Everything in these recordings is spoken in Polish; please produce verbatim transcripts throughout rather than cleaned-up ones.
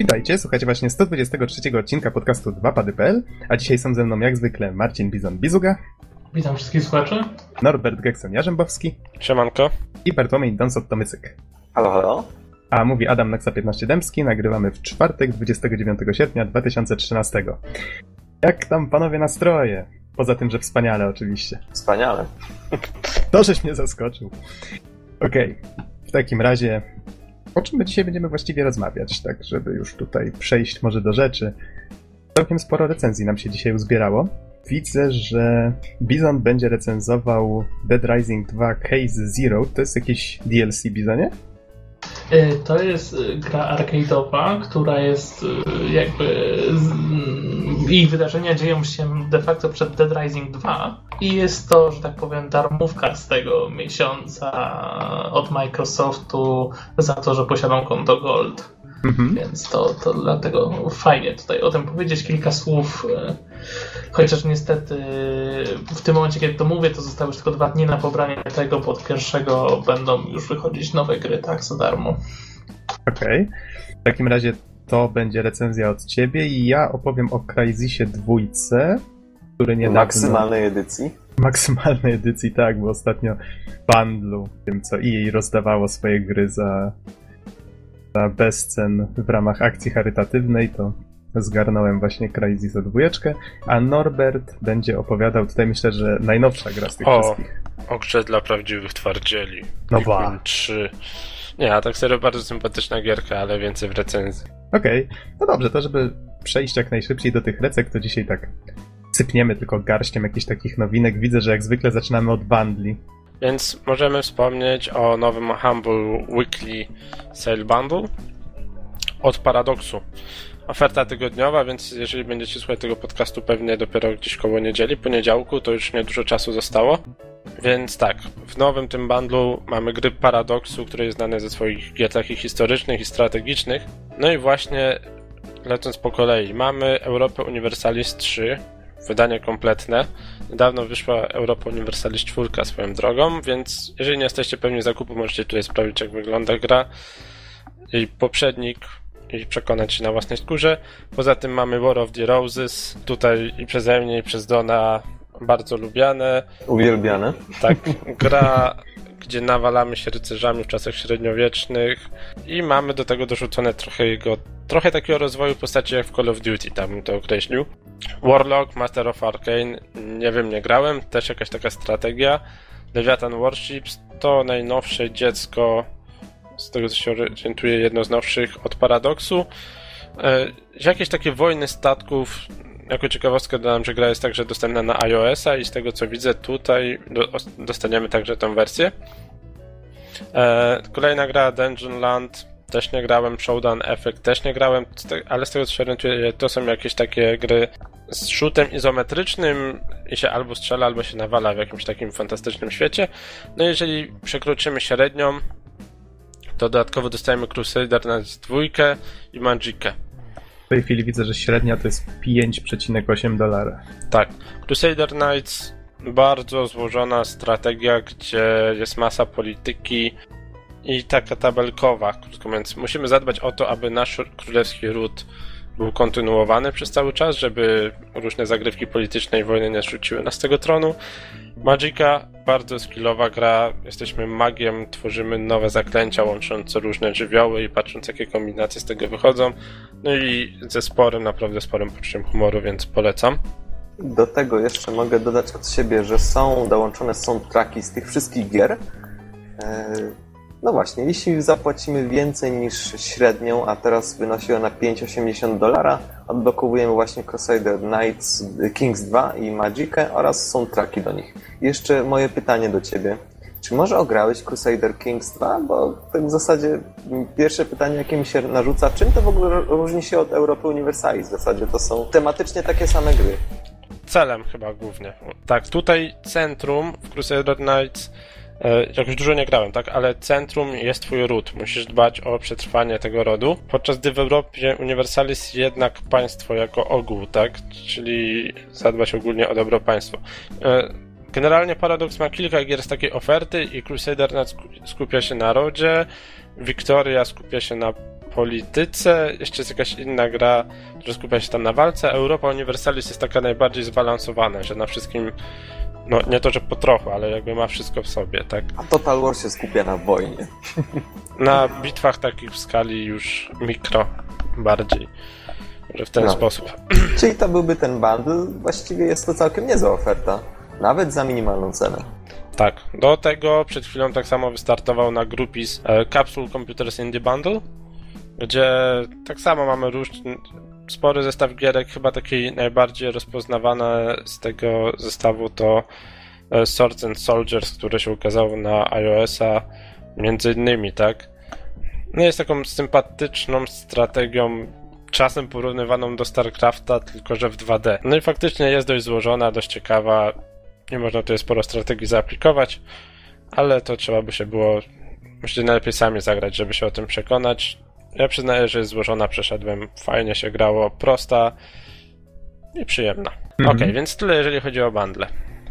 Witajcie, słuchajcie właśnie sto dwudziestego trzeciego odcinka podcastu dwa pady kropka p l, a dzisiaj są ze mną jak zwykle Marcin Bizon-Bizuga. Witam wszystkich słuchaczy. Norbert Gekson-Jarzębowski. Siemanko. I Bartłomiej Donsot-Tomycyk. Halo, halo. A mówi Adam Naksa piętnaście Dębski, nagrywamy w czwartek, dwudziestego dziewiątego sierpnia dwa tysiące trzynastego. Jak tam panowie nastroje? Poza tym, że wspaniale oczywiście. Wspaniale. To żeś mnie zaskoczył. Okej, okay. W takim razie o czym my dzisiaj będziemy właściwie rozmawiać, tak żeby już tutaj przejść może do rzeczy. Całkiem sporo recenzji nam się dzisiaj uzbierało. Widzę, że Bizon będzie recenzował Dead Rising dwa Case Zero. To jest jakiś D L C, Bizonie? To jest gra arcade'owa, która jest jakby... Jej wydarzenia dzieją się de facto przed Dead Rising dwa i jest to, że tak powiem, darmówka z tego miesiąca od Microsoftu za to, że posiadam konto Gold. Mhm. Więc to, to dlatego fajnie tutaj o tym powiedzieć kilka słów. Chociaż niestety w tym momencie, kiedy to mówię, to zostały już tylko dwa dni na pobranie tego, bo od pierwszego będą już wychodzić nowe gry, tak, za darmo. Okej. Okay. W takim razie to będzie recenzja od ciebie i ja opowiem o Crysisie dwójce, który niedawno... Maksymalnej edycji? Maksymalnej edycji, tak, bo ostatnio w bundlu, tym co E A rozdawało swoje gry za, za bezcen w ramach akcji charytatywnej, to zgarnąłem właśnie Crysisa dwójeczkę, a Norbert będzie opowiadał tutaj, myślę, że najnowsza gra z tych o, wszystkich. O grze dla prawdziwych twardzieli. No ba. trzy. Nie, a tak serio bardzo sympatyczna gierka, ale więcej w recenzji. Okej, okay. No dobrze, to żeby przejść jak najszybciej do tych recek, to dzisiaj tak sypniemy tylko garścią jakichś takich nowinek. Widzę, że jak zwykle zaczynamy od bundli. Więc możemy wspomnieć o nowym Humble Weekly Sale Bundle od Paradoxu. Oferta tygodniowa, więc jeżeli będziecie słuchać tego podcastu pewnie dopiero gdzieś koło niedzieli, poniedziałku, to już niedużo czasu zostało. Więc tak, w nowym tym bundlu mamy gry Paradoxu, które jest znane ze swoich gier takich historycznych i strategicznych. No i właśnie lecąc po kolei, mamy Europa Universalis trzy, wydanie kompletne. Niedawno wyszła Europa Universalis cztery swoją drogą, więc jeżeli nie jesteście pewni zakupu, możecie tutaj sprawdzić, jak wygląda gra. Jej poprzednik i przekonać się na własnej skórze. Poza tym mamy War of the Roses, tutaj i przeze mnie, i przez Dona bardzo lubiane. Uwielbiane. Tak, gra, gdzie nawalamy się rycerzami w czasach średniowiecznych i mamy do tego dorzucone trochę jego, trochę takiego rozwoju postaci jak w Call of Duty, tam bym to określił. Warlock, Master of Arcane, nie wiem, nie grałem, też jakaś taka strategia. Leviathan Warships to najnowsze dziecko, z tego co się orientuję, jedno z nowszych od Paradoxu. E, jakieś takie wojny statków. Jako ciekawostkę dodam, że gra jest także dostępna na iOS-a i z tego co widzę tutaj do, dostaniemy także tę wersję. E, kolejna gra Dungeon Land, też nie grałem, Showdown Effect też nie grałem, ale z tego co się orientuję, to są jakieś takie gry z shootem izometrycznym i się albo strzela, albo się nawala w jakimś takim fantastycznym świecie. No jeżeli przekroczymy średnią, to dodatkowo dostajemy Crusader Knights dwa i Magickę. W tej chwili widzę, że średnia to jest pięć przecinek osiem dolara. Tak. Crusader Knights, bardzo złożona strategia, gdzie jest masa polityki i taka tabelkowa, krótko mówiąc. Musimy zadbać o to, aby nasz królewski ród był kontynuowany przez cały czas, żeby różne zagrywki polityczne i wojny nie zrzuciły nas z tego tronu. Magicka, bardzo skillowa gra, jesteśmy magiem, tworzymy nowe zaklęcia łączące różne żywioły i patrząc jakie kombinacje z tego wychodzą. No i ze sporym, naprawdę sporym poczuciem humoru, więc polecam. Do tego jeszcze mogę dodać od siebie, że są dołączone soundtracki z tych wszystkich gier. No właśnie, jeśli zapłacimy więcej niż średnią, a teraz wynosi ona pięć osiemdziesiąt dolara, odblokowujemy właśnie Crusader Knights, Kings dwa i Magickę oraz soundtracki do nich. I jeszcze moje pytanie do ciebie. Czy może ograłeś Crusader Kings dwa? Bo tak w zasadzie pierwsze pytanie, jakie mi się narzuca, czym to w ogóle różni się od Europy Universalis? W zasadzie to są tematycznie takie same gry. Celem chyba głównie. Tak, tutaj centrum w Crusader Knights, jakoś dużo nie grałem, tak, ale centrum jest twój ród. Musisz dbać o przetrwanie tego rodu. Podczas gdy w Europie Universalis jednak państwo jako ogół, tak, czyli zadbać ogólnie o dobro państwa. Generalnie Paradox ma kilka gier z takiej oferty i Crusader skupia się na rodzie, Victoria skupia się na polityce, jeszcze jest jakaś inna gra, która skupia się tam na walce. Europa Universalis jest taka najbardziej zbalansowana, że na wszystkim, no nie to, że po trochu, ale jakby ma wszystko w sobie, tak? A Total War się skupia na wojnie. Na bitwach takich w skali już mikro bardziej, że w ten no. sposób. Czyli to byłby ten bundle, właściwie jest to całkiem niezła oferta, nawet za minimalną cenę. Tak, do tego przed chwilą tak samo wystartował na Groupies e, Capsule Computers Indie Bundle, gdzie tak samo mamy różny, spory zestaw gierek, chyba taki najbardziej rozpoznawane z tego zestawu to e, Swords and Soldiers, które się ukazało na iOS-a między innymi, tak? No jest taką sympatyczną strategią, czasem porównywaną do StarCrafta, tylko że w dwa D. No i faktycznie jest dość złożona, dość ciekawa. Nie można tutaj sporo strategii zaaplikować, ale to trzeba by się było, myślę, najlepiej sami zagrać, żeby się o tym przekonać. Ja przyznaję, że jest złożona, przeszedłem, fajnie się grało, prosta i przyjemna. Mhm. Okej, okay, więc tyle jeżeli chodzi o bundle.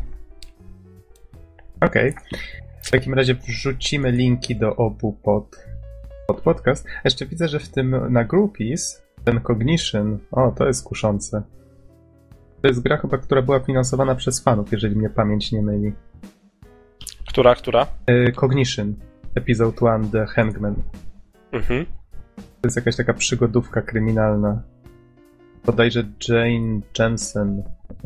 Okej. Okay. W takim razie wrzucimy linki do obu pod, pod podcast. Jeszcze widzę, że w tym na Groupies ten Cognition, o, to jest kuszące. To jest gra chyba, która była finansowana przez fanów, jeżeli mnie pamięć nie myli. Która, która? E, Cognition. Episode jeden, The Hangman. Mhm. To jest jakaś taka przygodówka kryminalna. Bodajże Jane Jensen.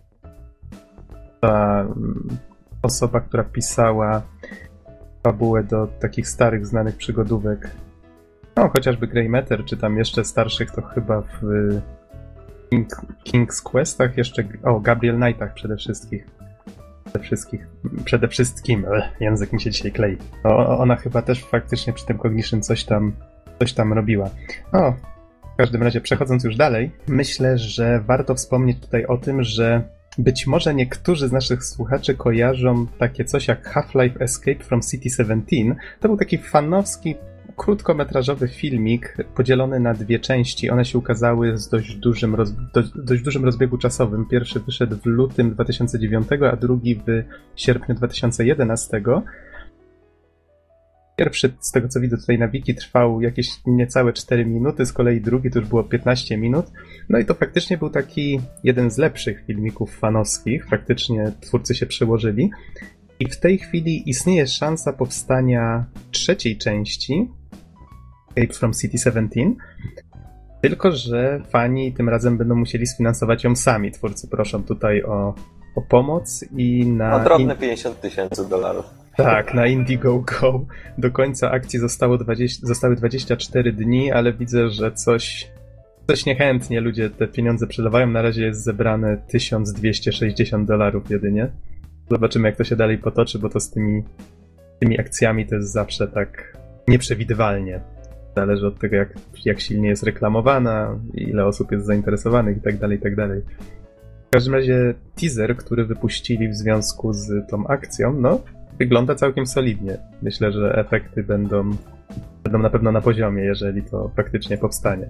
Ta osoba, która pisała fabułę do takich starych, znanych przygodówek. No, chociażby Grey Matter, czy tam jeszcze starszych, to chyba w King, King's Questach jeszcze... O, Gabriel Knightach przede wszystkim. Przede wszystkich. Przede wszystkim. Język mi się dzisiaj klei. O, ona chyba też faktycznie przy tym Cognition coś tam, coś tam robiła. O, w każdym razie przechodząc już dalej, myślę, że warto wspomnieć tutaj o tym, że być może niektórzy z naszych słuchaczy kojarzą takie coś jak Half-Life Escape from City siedemnaście. To był taki fanowski, krótkometrażowy filmik podzielony na dwie części. One się ukazały z dość dużym, roz... dość, dość dużym rozbiegu czasowym. Pierwszy wyszedł w lutym dwa tysiące dziewiątego, a drugi w sierpniu dwa tysiące jedenastego. Pierwszy, z tego co widzę tutaj na wiki, trwał jakieś niecałe cztery minuty, z kolei drugi to już było piętnaście minut. No i to faktycznie był taki jeden z lepszych filmików fanowskich. Faktycznie twórcy się przełożyli. I w tej chwili istnieje szansa powstania trzeciej części Escape from City siedemnaście, tylko że fani tym razem będą musieli sfinansować ją sami. Twórcy proszą tutaj o, o pomoc i na... O drobne pięćdziesiąt tysięcy dolarów. Tak, na Indiegogo do końca akcji zostało dwadzieścia, zostały dwadzieścia cztery dni, ale widzę, że coś, coś niechętnie ludzie te pieniądze przelewają. Na razie jest zebrane tysiąc dwieście sześćdziesiąt dolarów jedynie. Zobaczymy, jak to się dalej potoczy, bo to z tymi, tymi akcjami to jest zawsze tak nieprzewidywalnie. Zależy od tego, jak, jak silnie jest reklamowana, ile osób jest zainteresowanych i tak dalej, i tak dalej. W każdym razie teaser, który wypuścili w związku z tą akcją, no, wygląda całkiem solidnie. Myślę, że efekty będą, będą na pewno na poziomie, jeżeli to faktycznie powstanie.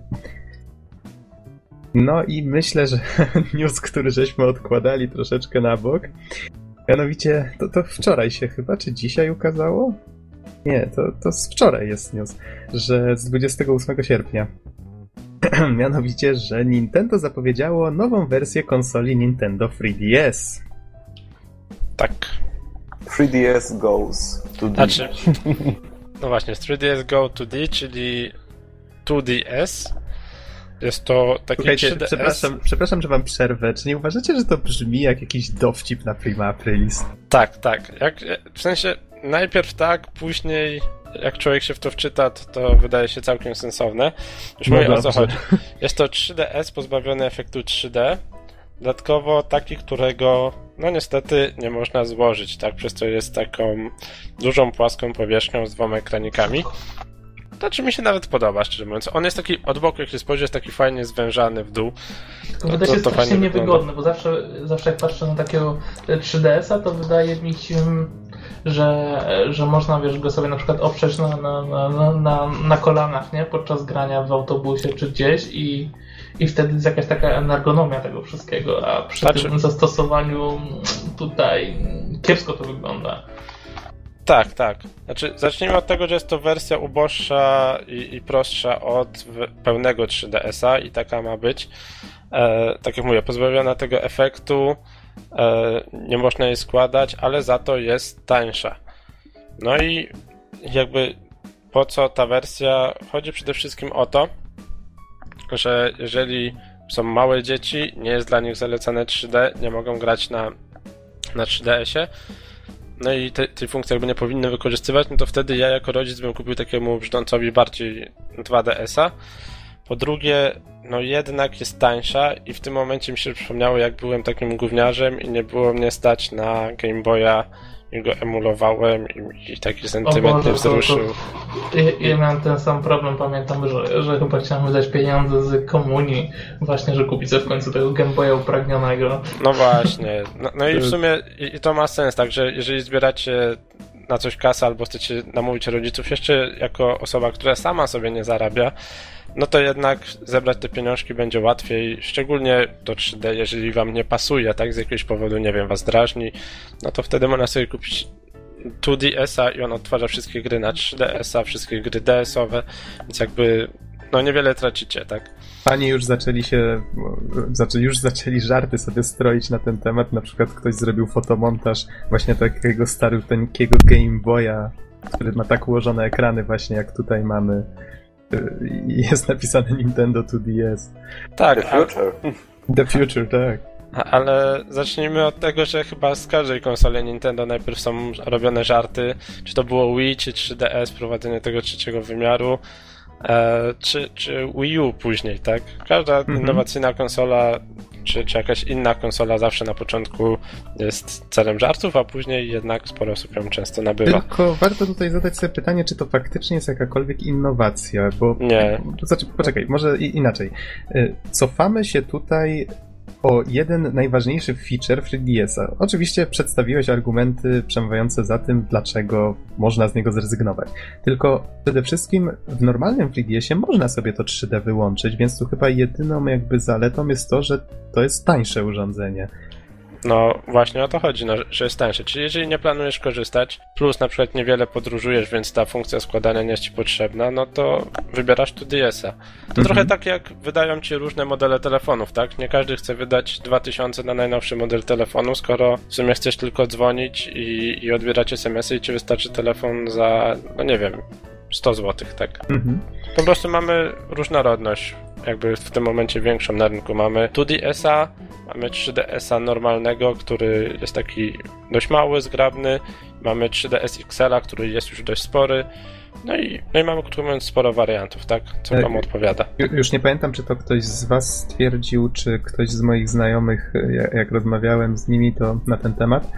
No i myślę, że news, który żeśmy odkładali troszeczkę na bok, mianowicie, to, to wczoraj się chyba, czy dzisiaj ukazało? Nie, to, to z wczoraj jest news, że z dwudziestego ósmego sierpnia. Mianowicie, że Nintendo zapowiedziało nową wersję konsoli Nintendo trzy D S. Tak. trzy D S goes to D. Znaczy, no właśnie, trzy D S Go to D, czyli dwa D S. Jest to taki Słuchajcie, trzy D S. Przepraszam, przepraszam, że wam przerwę. Czy nie uważacie, że to brzmi jak jakiś dowcip na Prima Aprilis? Tak, tak. Jak, w sensie najpierw tak, później jak człowiek się w to wczyta, to, to wydaje się całkiem sensowne. Już No mówię, o dobrze. co chodzi. Jest to trzy D S pozbawiony efektu trzy D. Dodatkowo taki, którego no niestety nie można złożyć, tak? Przez to jest taką dużą, płaską powierzchnią z dwoma ekranikami. To czy mi się nawet podoba, szczerze mówiąc. On jest taki od boku, jak się spojrzy, jest taki fajnie zwężany w dół. To wydaje się strasznie niewygodne, bo zawsze, zawsze jak patrzę na takiego trzy D S a, to wydaje mi się, że, że można, wiesz, go sobie na przykład oprzeć na, na, na, na, na kolanach, nie? Podczas grania w autobusie czy gdzieś i, i wtedy jest jakaś taka ergonomia tego wszystkiego, a przy znaczy... tym zastosowaniu tutaj kiepsko to wygląda. Tak, tak. Znaczy, zacznijmy od tego, że jest to wersja uboższa i, i prostsza od pełnego trzy D S a i taka ma być. E, tak jak mówię, pozbawiona tego efektu, e, nie można jej składać, ale za to jest tańsza. No i jakby po co ta wersja? Chodzi przede wszystkim o to, że jeżeli są małe dzieci, nie jest dla nich zalecane trzy D, nie mogą grać na, na trzy D S ie, no i te, tej funkcji jakby nie powinny wykorzystywać, no to wtedy ja jako rodzic bym kupił takiemu brzdącowi bardziej dwa D S a. Po drugie, no jednak jest tańsza i w tym momencie mi się przypomniało, jak byłem takim gówniarzem i nie było mnie stać na Game Boya i go emulowałem i, i taki sentyment mnie wzruszył. To, to, ja, ja miałem ten sam problem, pamiętam, że, że chyba chciałem wydać pieniądze z komunii właśnie, że kupić sobie w końcu tego Game Boya upragnionego. No właśnie, no, no i w sumie i, i to ma sens, także jeżeli zbieracie na coś kasę albo chcecie namówić rodziców jeszcze jako osoba, która sama sobie nie zarabia, no to jednak zebrać te pieniążki będzie łatwiej, szczególnie do trzy D, jeżeli wam nie pasuje, tak, z jakiegoś powodu, nie wiem, was drażni, no to wtedy można sobie kupić dwa D S a i on odtwarza wszystkie gry na trzy D S a, wszystkie gry D S owe, więc jakby, no niewiele tracicie, tak. Pani już zaczęli się, znaczy już zaczęli żarty sobie stroić na ten temat, na przykład ktoś zrobił fotomontaż właśnie takiego staruteńkiego Game Boya, który ma tak ułożone ekrany właśnie jak tutaj mamy. Jest napisane Nintendo dwa D S. Tak. The Future. A... The Future, tak. Ale zacznijmy od tego, że chyba z każdej konsoli Nintendo najpierw są robione żarty, czy to było Wii, czy trzy D S, prowadzenie tego trzeciego wymiaru, e, czy, czy Wii U później, tak? Każda mhm. innowacyjna konsola, czy, czy jakaś inna konsola zawsze na początku jest celem żartów, a później jednak sporo osób ją często nabywa. Tylko warto tutaj zadać sobie pytanie, czy to faktycznie jest jakakolwiek innowacja, bo... Nie. Znaczy, poczekaj, może inaczej. Cofamy się tutaj o jeden najważniejszy feature trzy D S a. Oczywiście przedstawiłeś argumenty przemawiające za tym, dlaczego można z niego zrezygnować. Tylko przede wszystkim w normalnym trzy D S ie można sobie to trzy D wyłączyć, więc tu chyba jedyną jakby zaletą jest to, że to jest tańsze urządzenie. No właśnie o to chodzi, no, że jest tańsze. Czyli jeżeli nie planujesz korzystać, plus na przykład niewiele podróżujesz, więc ta funkcja składania nie jest ci potrzebna, no to wybierasz dwa D S a. To mhm. trochę tak jak wydają ci różne modele telefonów, tak? Nie każdy chce wydać dwa tysiące na najnowszy model telefonu, skoro w sumie chcesz tylko dzwonić i, i odbierać es em esy i ci wystarczy telefon za, no nie wiem, sto złotych, tak? Mhm. Po prostu mamy różnorodność, jakby w tym momencie większą na rynku. Mamy dwa D S a, mamy trzy D S a normalnego, który jest taki dość mały, zgrabny, mamy trzy D S X L a, który jest już dość spory, no i, no i mamy, krótko mówiąc, sporo wariantów, tak? Co wam odpowiada. Już nie pamiętam, czy to ktoś z was stwierdził, czy ktoś z moich znajomych, jak rozmawiałem z nimi, to na ten temat,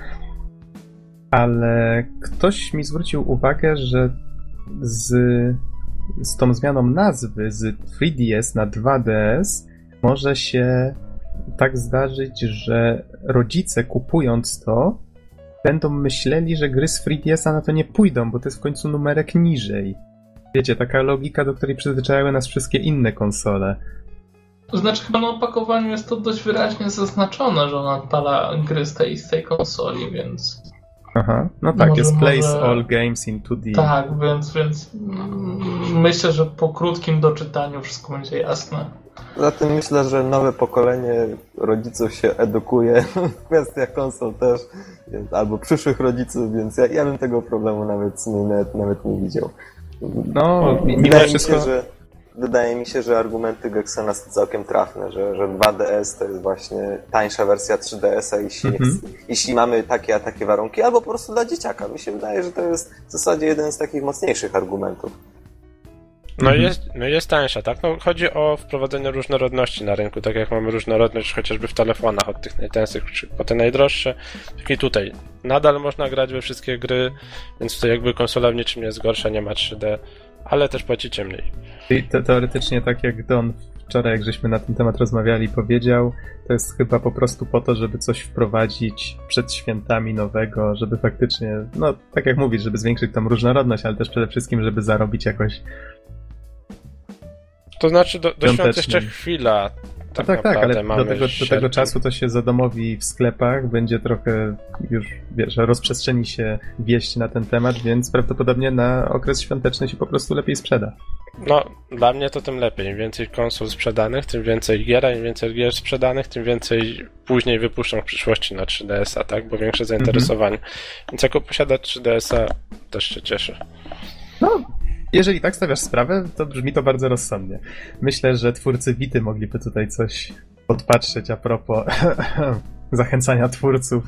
ale ktoś mi zwrócił uwagę, że z, z tą zmianą nazwy z trzy D S na dwa D S może się tak zdarzyć, że rodzice kupując to będą myśleli, że gry z trzy D S a na to nie pójdą, bo to jest w końcu numerek niżej. Wiecie, taka logika, do której przyzwyczaiły nas wszystkie inne konsole. To znaczy chyba na opakowaniu jest to dość wyraźnie zaznaczone, że ona odpala gry z tej, z tej konsoli, więc... Aha, no tak, może, jest place może... all games in dwa D. Tak, więc, więc myślę, że po krótkim doczytaniu wszystko będzie jasne. Zatem myślę, że nowe pokolenie rodziców się edukuje w kwestiach konsol też, albo przyszłych rodziców, więc ja, ja bym tego problemu nawet, nawet, nawet nie widział. No, wydaje mi się, że Wydaje mi się, że argumenty Geksena są całkiem trafne, że, że dwa D S to jest właśnie tańsza wersja trzy D S a, jeśli, mm-hmm. jeśli mamy takie a takie warunki, albo po prostu dla dzieciaka. Mi się wydaje, że to jest w zasadzie jeden z takich mocniejszych argumentów. No mhm. jest, no jest tańsza, tak? No chodzi o wprowadzenie różnorodności na rynku, tak jak mamy różnorodność chociażby w telefonach, od tych najtańszych po te najdroższe, tak i tutaj. Nadal można grać we wszystkie gry, więc tutaj jakby konsola w niczym nie jest gorsza, nie ma trzy D, ale też płacicie mniej. I te, teoretycznie tak jak Don wczoraj, jak żeśmy na ten temat rozmawiali, powiedział, to jest chyba po prostu po to, żeby coś wprowadzić przed świętami nowego, żeby faktycznie, no tak jak mówisz, żeby zwiększyć tą różnorodność, ale też przede wszystkim, żeby zarobić jakoś. To znaczy, do, do świąt jeszcze chwila. tak, tak, tak, ale mamy do tego, do tego czasu to się zadomowi w sklepach, będzie trochę już, wiesz, rozprzestrzeni się wieść na ten temat, więc prawdopodobnie na okres świąteczny się po prostu lepiej sprzeda. No, dla mnie to tym lepiej. Im więcej konsol sprzedanych, tym więcej gier, a im więcej gier sprzedanych, tym więcej później wypuszczą w przyszłości na trzy D S a, tak? Bo większe zainteresowanie. Mhm. Więc jako posiadacz trzy D S a też się cieszę. No, jeżeli tak stawiasz sprawę, to brzmi to bardzo rozsądnie. Myślę, że twórcy Vity mogliby tutaj coś podpatrzeć a propos zachęcania twórców.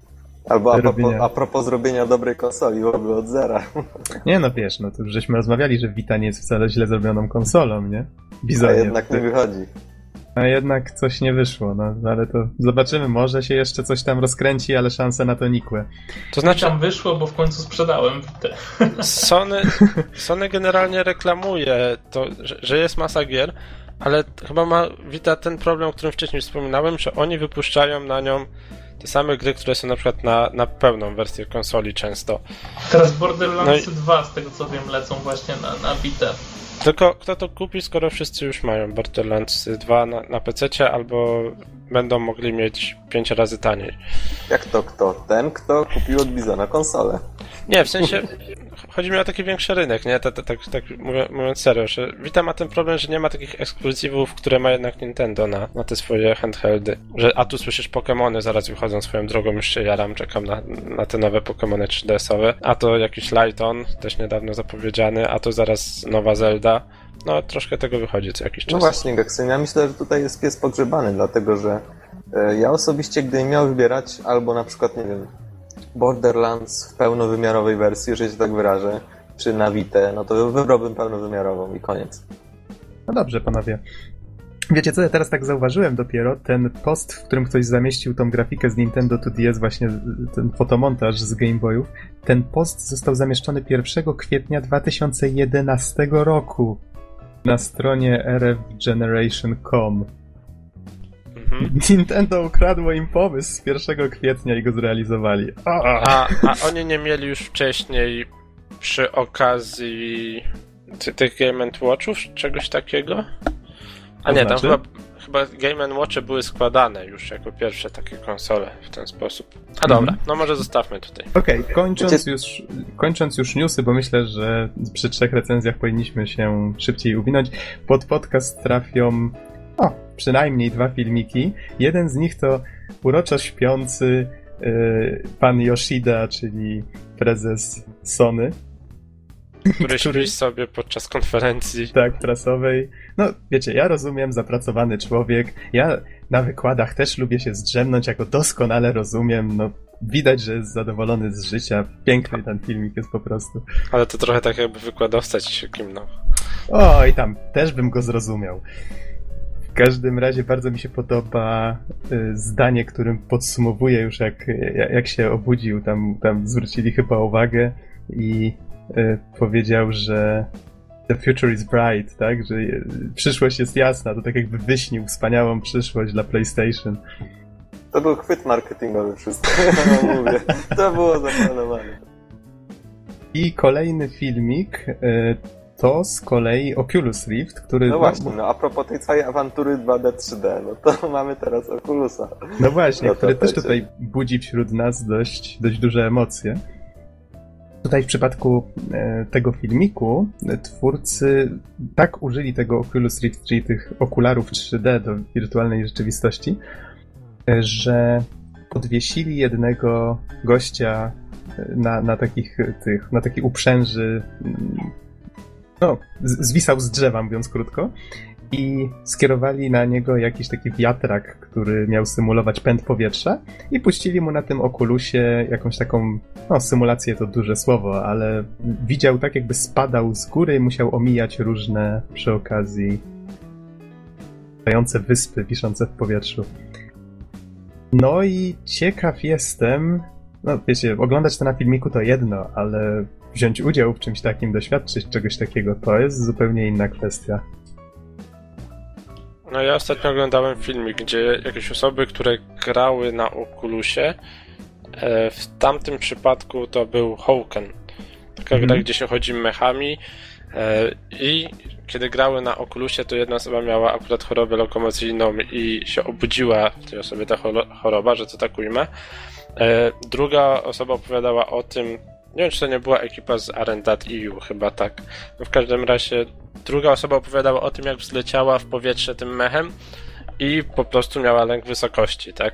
Albo a propos, a propos zrobienia dobrej konsoli, byłoby od zera. Nie no, wiesz, no to już żeśmy rozmawiali, że Vita nie jest wcale źle zrobioną konsolą, nie? Bizonie, a jednak nie wychodzi. A jednak coś nie wyszło, no ale to zobaczymy, może się jeszcze coś tam rozkręci, ale szanse na to nikłe. To znaczy tam wyszło, bo w końcu sprzedałem Vitę. Sony, Sony generalnie reklamuje to, że, że jest masa gier, ale chyba ma Vita ten problem, o którym wcześniej wspominałem, że oni wypuszczają na nią te same gry, które są na przykład na, na pełną wersję konsoli często. Teraz Borderlands no i... dwa, z tego co wiem, lecą właśnie na, na Vitę. Tylko kto to kupi, skoro wszyscy już mają Borderlands dwa na, na pececie, albo będą mogli mieć pięć razy taniej. Jak to kto? Ten, kto kupił od Bizona konsolę. Nie, w sensie chodzi mi o taki większy rynek, nie? Tak, tak, tak, tak mówiąc serio, że Vita ma ten problem, że nie ma takich ekskluzywów, które ma jednak Nintendo na, na te swoje handheldy. Że, a tu słyszysz Pokemony, zaraz wychodzą swoją drogą, już się jaram, czekam na, na te nowe Pokemony trzy D S owe. A to jakiś Lighton, też niedawno zapowiedziany, a to zaraz nowa Zelda. No, troszkę tego wychodzi co jakiś czas. No właśnie, Gaksyn, ja myślę, że tutaj jest pies pogrzebany, dlatego że e, ja osobiście, gdybym miał wybierać albo na przykład, nie wiem, Borderlands w pełnowymiarowej wersji, że się tak wyrażę, czy na Vitę, no to wybrałbym pełnowymiarową i koniec. No dobrze, panowie. Wiecie co, ja teraz tak zauważyłem dopiero, ten post, w którym ktoś zamieścił tą grafikę z Nintendo two D S, właśnie ten fotomontaż z Game Boyów, ten post został zamieszczony pierwszego kwietnia dwa tysiące jedenastego roku na stronie r f generation kropka com. Mhm. Nintendo ukradło im pomysł z pierwszego kwietnia i go zrealizowali. A, a oni nie mieli już wcześniej przy okazji ty, tych Game and Watchów czegoś takiego? A nie, tam znaczy? chyba, chyba Game and Watche były składane już jako pierwsze takie konsole w ten sposób. A dobra, no może zostawmy tutaj. Okej, okay, kończąc już kończąc już newsy, bo myślę, że przy trzech recenzjach powinniśmy się szybciej uwinąć. Pod podcast trafią o, przynajmniej dwa filmiki. Jeden z nich to uroczo śpiący yy, pan Yoshida, czyli prezes Sony. Który śpi sobie podczas konferencji. Tak, prasowej. No, wiecie, ja rozumiem, zapracowany człowiek. Ja na wykładach też lubię się zdrzemnąć, jako doskonale rozumiem. No, widać, że jest zadowolony z życia. Piękny ten filmik jest po prostu. Ale to trochę tak jakby wykładowca ci się kimnął. O, i tam też bym go zrozumiał. W każdym razie bardzo mi się podoba y, zdanie, którym podsumowuje już jak, jak się obudził. Tam, tam zwrócili chyba uwagę i y, powiedział, że the future is bright, tak? Że y, przyszłość jest jasna. To tak jakby wyśnił wspaniałą przyszłość dla PlayStation. To był chwyt marketingowy wszystko. Ja mówię. To było zaplanowane. I kolejny filmik y, to z kolei Oculus Rift, który... No właśnie, no a propos tej całej awantury dwa D, trzy D, no to mamy teraz Oculusa. No właśnie, no który też tutaj budzi wśród nas dość, dość duże emocje. Tutaj w przypadku e, tego filmiku e, twórcy tak użyli tego Oculus Rift, czyli tych okularów trzy D do wirtualnej rzeczywistości, e, że podwiesili jednego gościa na, na takich tych, na takiej uprzęży, no, zwisał z drzewa, mówiąc krótko, i skierowali na niego jakiś taki wiatrak, który miał symulować pęd powietrza i puścili mu na tym Oculusie jakąś taką, no symulację to duże słowo, ale widział tak jakby spadał z góry i musiał omijać różne przy okazji latające wyspy wiszące w powietrzu. No i ciekaw jestem, no wiecie, oglądać to na filmiku to jedno, ale wziąć udział w czymś takim, doświadczyć czegoś takiego, to jest zupełnie inna kwestia. No ja ostatnio oglądałem filmik, gdzie jakieś osoby, które grały na Oculusie, w tamtym przypadku to był Houken. Taka mm-hmm. gra, gdzie się chodzi mechami i kiedy grały na Oculusie, to jedna osoba miała akurat chorobę lokomocyjną i się obudziła w tej osobie ta choroba, że to tak ujmę. Druga osoba opowiadała o tym, nie wiem, czy to nie była ekipa z R N dot E U, chyba tak. No w każdym razie druga osoba opowiadała o tym, jak wzleciała w powietrze tym mechem i po prostu miała lęk wysokości, tak?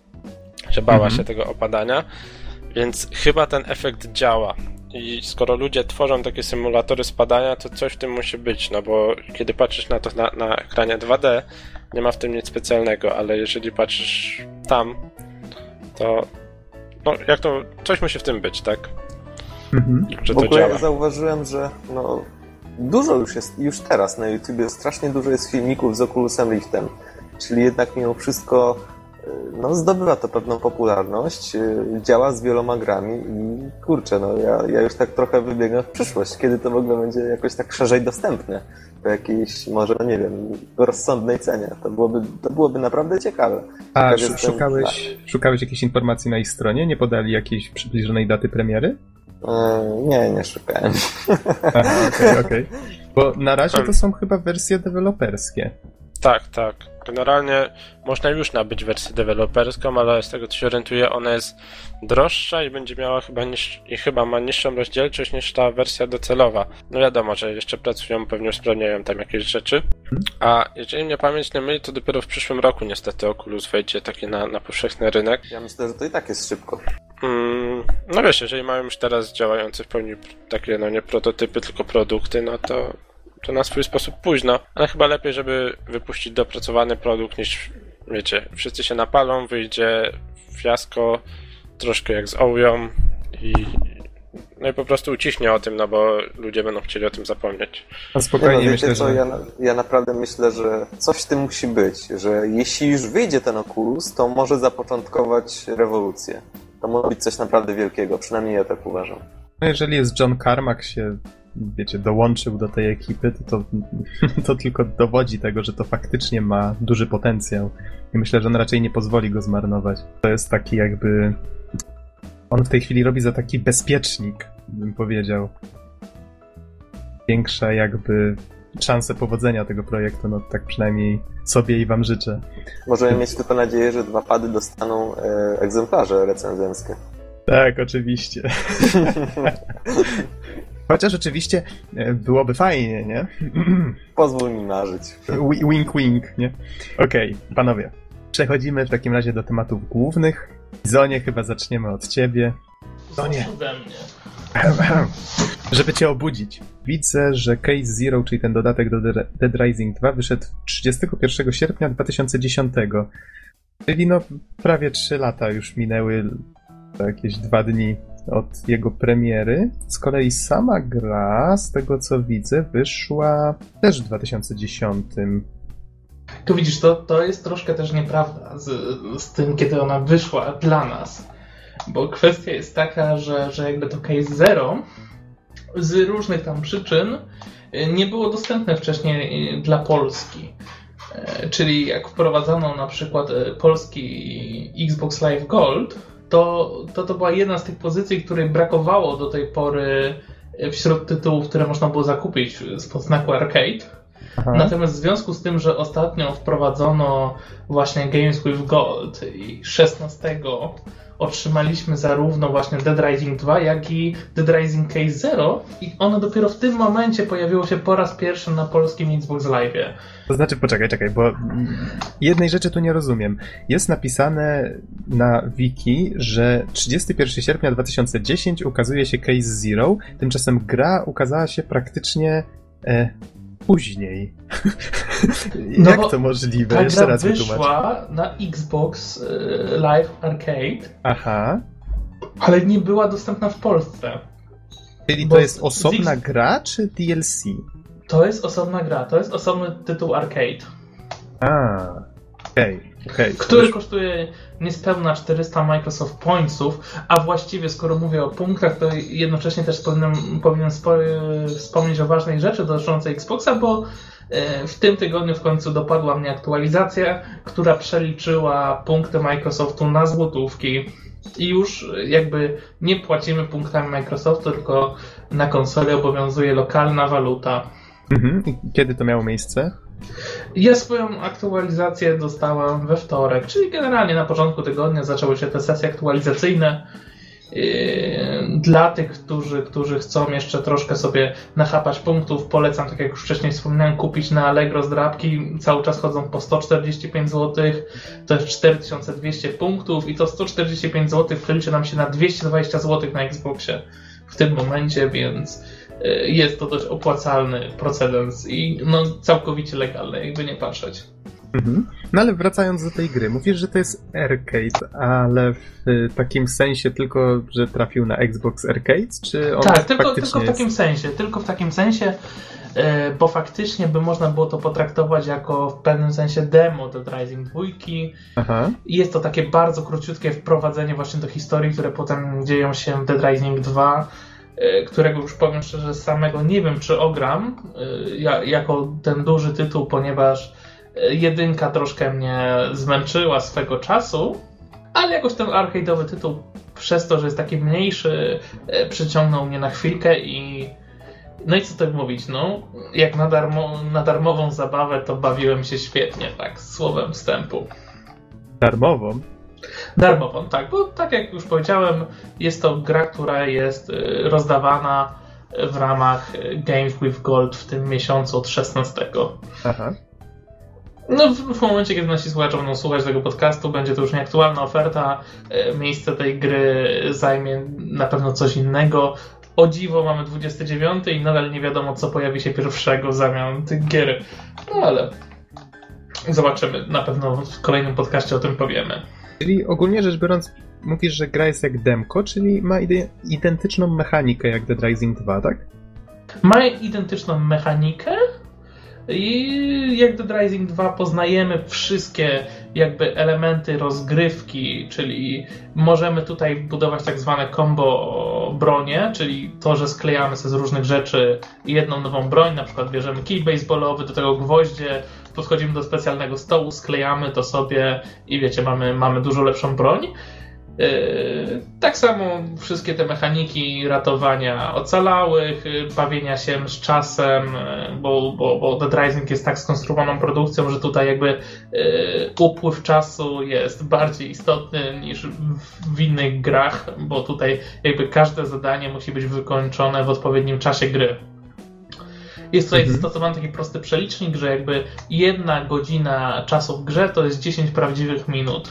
Że bała mhm. się tego opadania, więc chyba ten efekt działa. I skoro ludzie tworzą takie symulatory spadania, to coś w tym musi być, no bo kiedy patrzysz na to na, na ekranie dwa D, nie ma w tym nic specjalnego, ale jeżeli patrzysz tam, to no jak to, coś musi w tym być, tak? Mhm. Że w to ogóle działa. Ja zauważyłem, że no, dużo już jest, już teraz na YouTubie strasznie dużo jest filmików z Oculusem Riftem, czyli jednak mimo wszystko no, zdobywa to pewną popularność, działa z wieloma grami i kurczę, no ja, ja już tak trochę wybiegam w przyszłość, kiedy to w ogóle będzie jakoś tak szerzej dostępne po jakiejś, może, no nie wiem, rozsądnej cenie. To byłoby, to byłoby naprawdę ciekawe. A sz- szukałeś, ten... szukałeś jakiejś informacji na ich stronie? Nie podali jakiejś przybliżonej daty premiery? Yy, nie, nie szukałem. Aha, okej, okay, okej. Okay. Bo na razie to są chyba wersje deweloperskie. Tak, tak. Generalnie można już nabyć wersję deweloperską, ale z tego co się orientuję, ona jest droższa i będzie miała chyba niż... i chyba ma niższą rozdzielczość niż ta wersja docelowa. No wiadomo, że jeszcze pracują, pewnie usprawniają tam jakieś rzeczy. A jeżeli mnie pamięć nie myli, to dopiero w przyszłym roku niestety Oculus wejdzie taki na, na powszechny rynek. Ja myślę, że to i tak jest szybko. Mm, no wiesz, jeżeli mają już teraz działające w pełni takie, no nie prototypy, tylko produkty, no to to na swój sposób późno, ale chyba lepiej, żeby wypuścić dopracowany produkt niż, wiecie, wszyscy się napalą, wyjdzie fiasko, troszkę jak z Oują i no i po prostu uciśnie o tym, no bo ludzie będą chcieli o tym zapomnieć. No spokojnie, no, myślę, co, że... ja, ja naprawdę myślę, że coś w tym musi być, że jeśli już wyjdzie ten Oculus, to może zapoczątkować rewolucję. To może być coś naprawdę wielkiego, przynajmniej ja tak uważam. No jeżeli jest John Carmack się, wiecie, dołączył do tej ekipy, to, to, to tylko dowodzi tego, że to faktycznie ma duży potencjał. I myślę, że on raczej nie pozwoli go zmarnować. To jest taki jakby... On w tej chwili robi za taki bezpiecznik, bym powiedział. Większa jakby szanse powodzenia tego projektu, no tak przynajmniej sobie i wam życzę. Możemy mieć tylko nadzieję, że dwa pady dostaną e, egzemplarze recenzenckie. Tak, oczywiście. Chociaż oczywiście byłoby fajnie, nie? Pozwól mi marzyć. Wink, wink, nie? Okej, okay, panowie. Przechodzimy w takim razie do tematów głównych. Zonie, chyba zaczniemy od ciebie. Zonie. Ode mnie. Żeby cię obudzić. Widzę, że Case Zero, czyli ten dodatek do Dead Rising dwa, wyszedł trzydziestego pierwszego sierpnia dwa tysiące dziesiątego. Czyli no prawie trzy lata już minęły, jakieś dwa dni od jego premiery. Z kolei sama gra, z tego co widzę, wyszła też w dwa tysiące dziesiątym. Tu widzisz, to, to jest troszkę też nieprawda z, z tym, kiedy ona wyszła dla nas. Bo kwestia jest taka, że, że jakby to Case Zero z różnych tam przyczyn nie było dostępne wcześniej dla Polski. Czyli jak wprowadzano na przykład polski Xbox Live Gold, to, to to była jedna z tych pozycji, której brakowało do tej pory wśród tytułów, które można było zakupić spod znaku Arcade. Aha. Natomiast w związku z tym, że ostatnio wprowadzono właśnie Games with Gold i szesnastego otrzymaliśmy zarówno właśnie Dead Rising dwa, jak i Dead Rising Case Zero i ono dopiero w tym momencie pojawiło się po raz pierwszy na polskim Xbox Live'ie. To znaczy, poczekaj, czekaj, bo jednej rzeczy tu nie rozumiem. Jest napisane na wiki, że trzydziestego pierwszego sierpnia dwa tysiące dziesiątego ukazuje się Case Zero, tymczasem gra ukazała się praktycznie e, później. No jak to możliwe? Ta Jeszcze gra raz wyszła na Xbox Live Arcade. Aha. Ale nie była dostępna w Polsce. Czyli to jest osobna X... gra, czy D L C? To jest osobna gra, to jest osobny tytuł Arcade. A, okej, okay, okay. Który Wiesz... kosztuje niespełna czterysta Microsoft Pointsów, a właściwie skoro mówię o punktach, to jednocześnie też powinienem, powinienem spo, wspomnieć o ważnej rzeczy dotyczącej Xboxa, bo w tym tygodniu w końcu dopadła mnie aktualizacja, która przeliczyła punkty Microsoftu na złotówki. I już jakby nie płacimy punktami Microsoftu, tylko na konsoli obowiązuje lokalna waluta. Mhm. I kiedy to miało miejsce? Ja swoją aktualizację dostałem we wtorek, czyli generalnie na początku tygodnia zaczęły się te sesje aktualizacyjne. Dla tych, którzy, którzy chcą jeszcze troszkę sobie nachapać punktów, polecam, tak jak już wcześniej wspomniałem, kupić na Allegro zdrabki. Cały czas chodzą po sto czterdzieści pięć złotych, to jest cztery tysiące dwieście punktów i to sto czterdzieści pięć złotych przeliczy nam się na dwieście dwadzieścia złotych na Xboxie w tym momencie, więc jest to dość opłacalny procedens i no, całkowicie legalny, jakby nie patrzeć. Mhm. No ale wracając do tej gry, mówisz, że to jest arcade, ale w takim sensie tylko, że trafił na Xbox Arcade, czy on tak, tylko, faktycznie tylko w jest... takim sensie, tylko w takim sensie, bo faktycznie by można było to potraktować jako w pewnym sensie demo Dead Rising dwa. Aha. I jest to takie bardzo króciutkie wprowadzenie właśnie do historii, które potem dzieją się w Dead Rising dwa, którego już powiem szczerze samego nie wiem, czy ogram ja, jako ten duży tytuł, ponieważ jedynka troszkę mnie zmęczyła swego czasu, ale jakoś ten arcade'owy tytuł przez to, że jest taki mniejszy, przyciągnął mnie na chwilkę i no i co tutaj mówić, no jak na, darmo, na darmową zabawę to bawiłem się świetnie, tak, słowem wstępu. Darmową? Darmową, tak, bo tak jak już powiedziałem, jest to gra, która jest rozdawana w ramach Games with Gold w tym miesiącu od szesnastego. Aha. No w momencie, kiedy nasi słuchacze będą słuchać tego podcastu, będzie to już nieaktualna oferta, miejsce tej gry zajmie na pewno coś innego. O dziwo mamy dwudziestego dziewiątego i nadal nie wiadomo, co pojawi się pierwszego w zamian tych gier. No ale zobaczymy, na pewno w kolejnym podcaście o tym powiemy. Czyli ogólnie rzecz biorąc, mówisz, że gra jest jak demko, czyli ma ide- identyczną mechanikę jak Dead Rising dwa, tak? Ma identyczną mechanikę i jak Dead Rising dwa poznajemy wszystkie jakby elementy rozgrywki, czyli możemy tutaj budować tak zwane combo bronie, czyli to, że sklejamy sobie z różnych rzeczy jedną nową broń, na przykład bierzemy kij baseballowy, do tego gwoździe, podchodzimy do specjalnego stołu, sklejamy to sobie i wiecie, mamy, mamy dużo lepszą broń. Yy, tak samo wszystkie te mechaniki ratowania ocalałych, yy, bawienia się z czasem, yy, bo, bo, bo Dead Rising jest tak skonstruowaną produkcją, że tutaj jakby yy, upływ czasu jest bardziej istotny niż w, w innych grach, bo tutaj jakby każde zadanie musi być wykończone w odpowiednim czasie gry. Jest tutaj mhm. zastosowany taki prosty przelicznik, że jakby jedna godzina czasu w grze to jest dziesięć prawdziwych minut.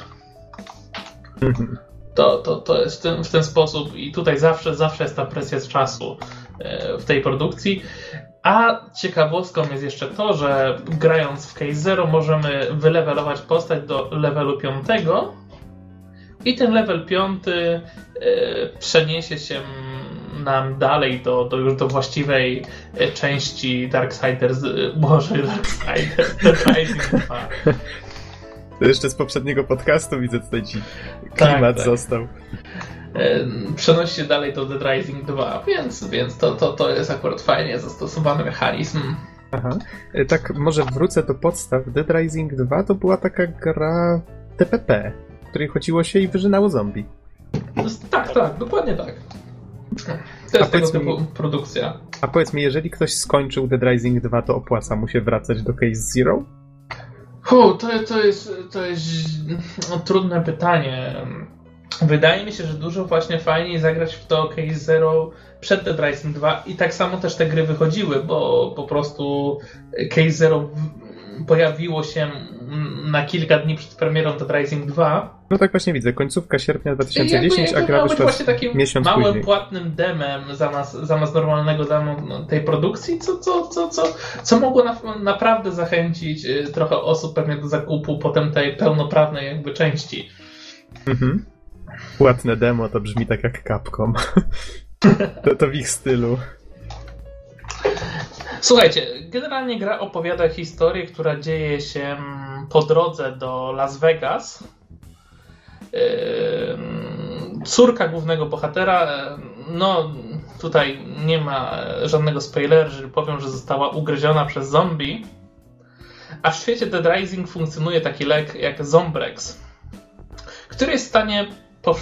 Mhm. To, to, to jest w ten, w ten sposób i tutaj zawsze, zawsze jest ta presja z czasu w tej produkcji. A ciekawostką jest jeszcze to, że grając w Case Zero możemy wylevelować postać do levelu piątego i ten level piąty przeniesie się nam dalej do, do już do właściwej części Darksiders, może Darksiders, Dead Rising dwa. To jeszcze z poprzedniego podcastu widzę, tutaj ci klimat tak, tak. został. Przenosi się dalej do Dead Rising dwa, więc, więc to, to, to jest akurat fajnie zastosowany mechanizm. Aha. Tak, może wrócę do podstaw. Dead Rising dwa to była taka gra T P P, w której chodziło się i wyżynało zombie. Tak, tak, dokładnie tak. To jest tego typu mi, produkcja. A powiedz mi, jeżeli ktoś skończył Dead Rising dwa, to opłaca mu się wracać do Case Zero? Hu, to, to jest, to jest no, trudne pytanie. Wydaje mi się, że dużo właśnie fajniej zagrać w to Case Zero przed Dead Rising dwa i tak samo też te gry wychodziły, bo po prostu Case Zero pojawiło się na kilka dni przed premierą Dead Rising dwa. No tak właśnie widzę, końcówka sierpnia dwa tysiące dziesiątego, a gra wyszła właśnie takim miesiąc małym, później. płatnym demem zamiast, zamiast normalnego demo tej produkcji, co, co, co, co, co mogło na, naprawdę zachęcić trochę osób pewnie do zakupu potem tej pełnoprawnej jakby części. Mhm. Płatne demo to brzmi tak jak Capcom. to, to w ich stylu. Słuchajcie, generalnie gra opowiada historię, która dzieje się po drodze do Las Vegas. Córka głównego bohatera, no tutaj nie ma żadnego spoileru, że powiem, że została ugryziona przez zombie. A w świecie Dead Rising funkcjonuje taki lek jak Zombrex, który jest w stanie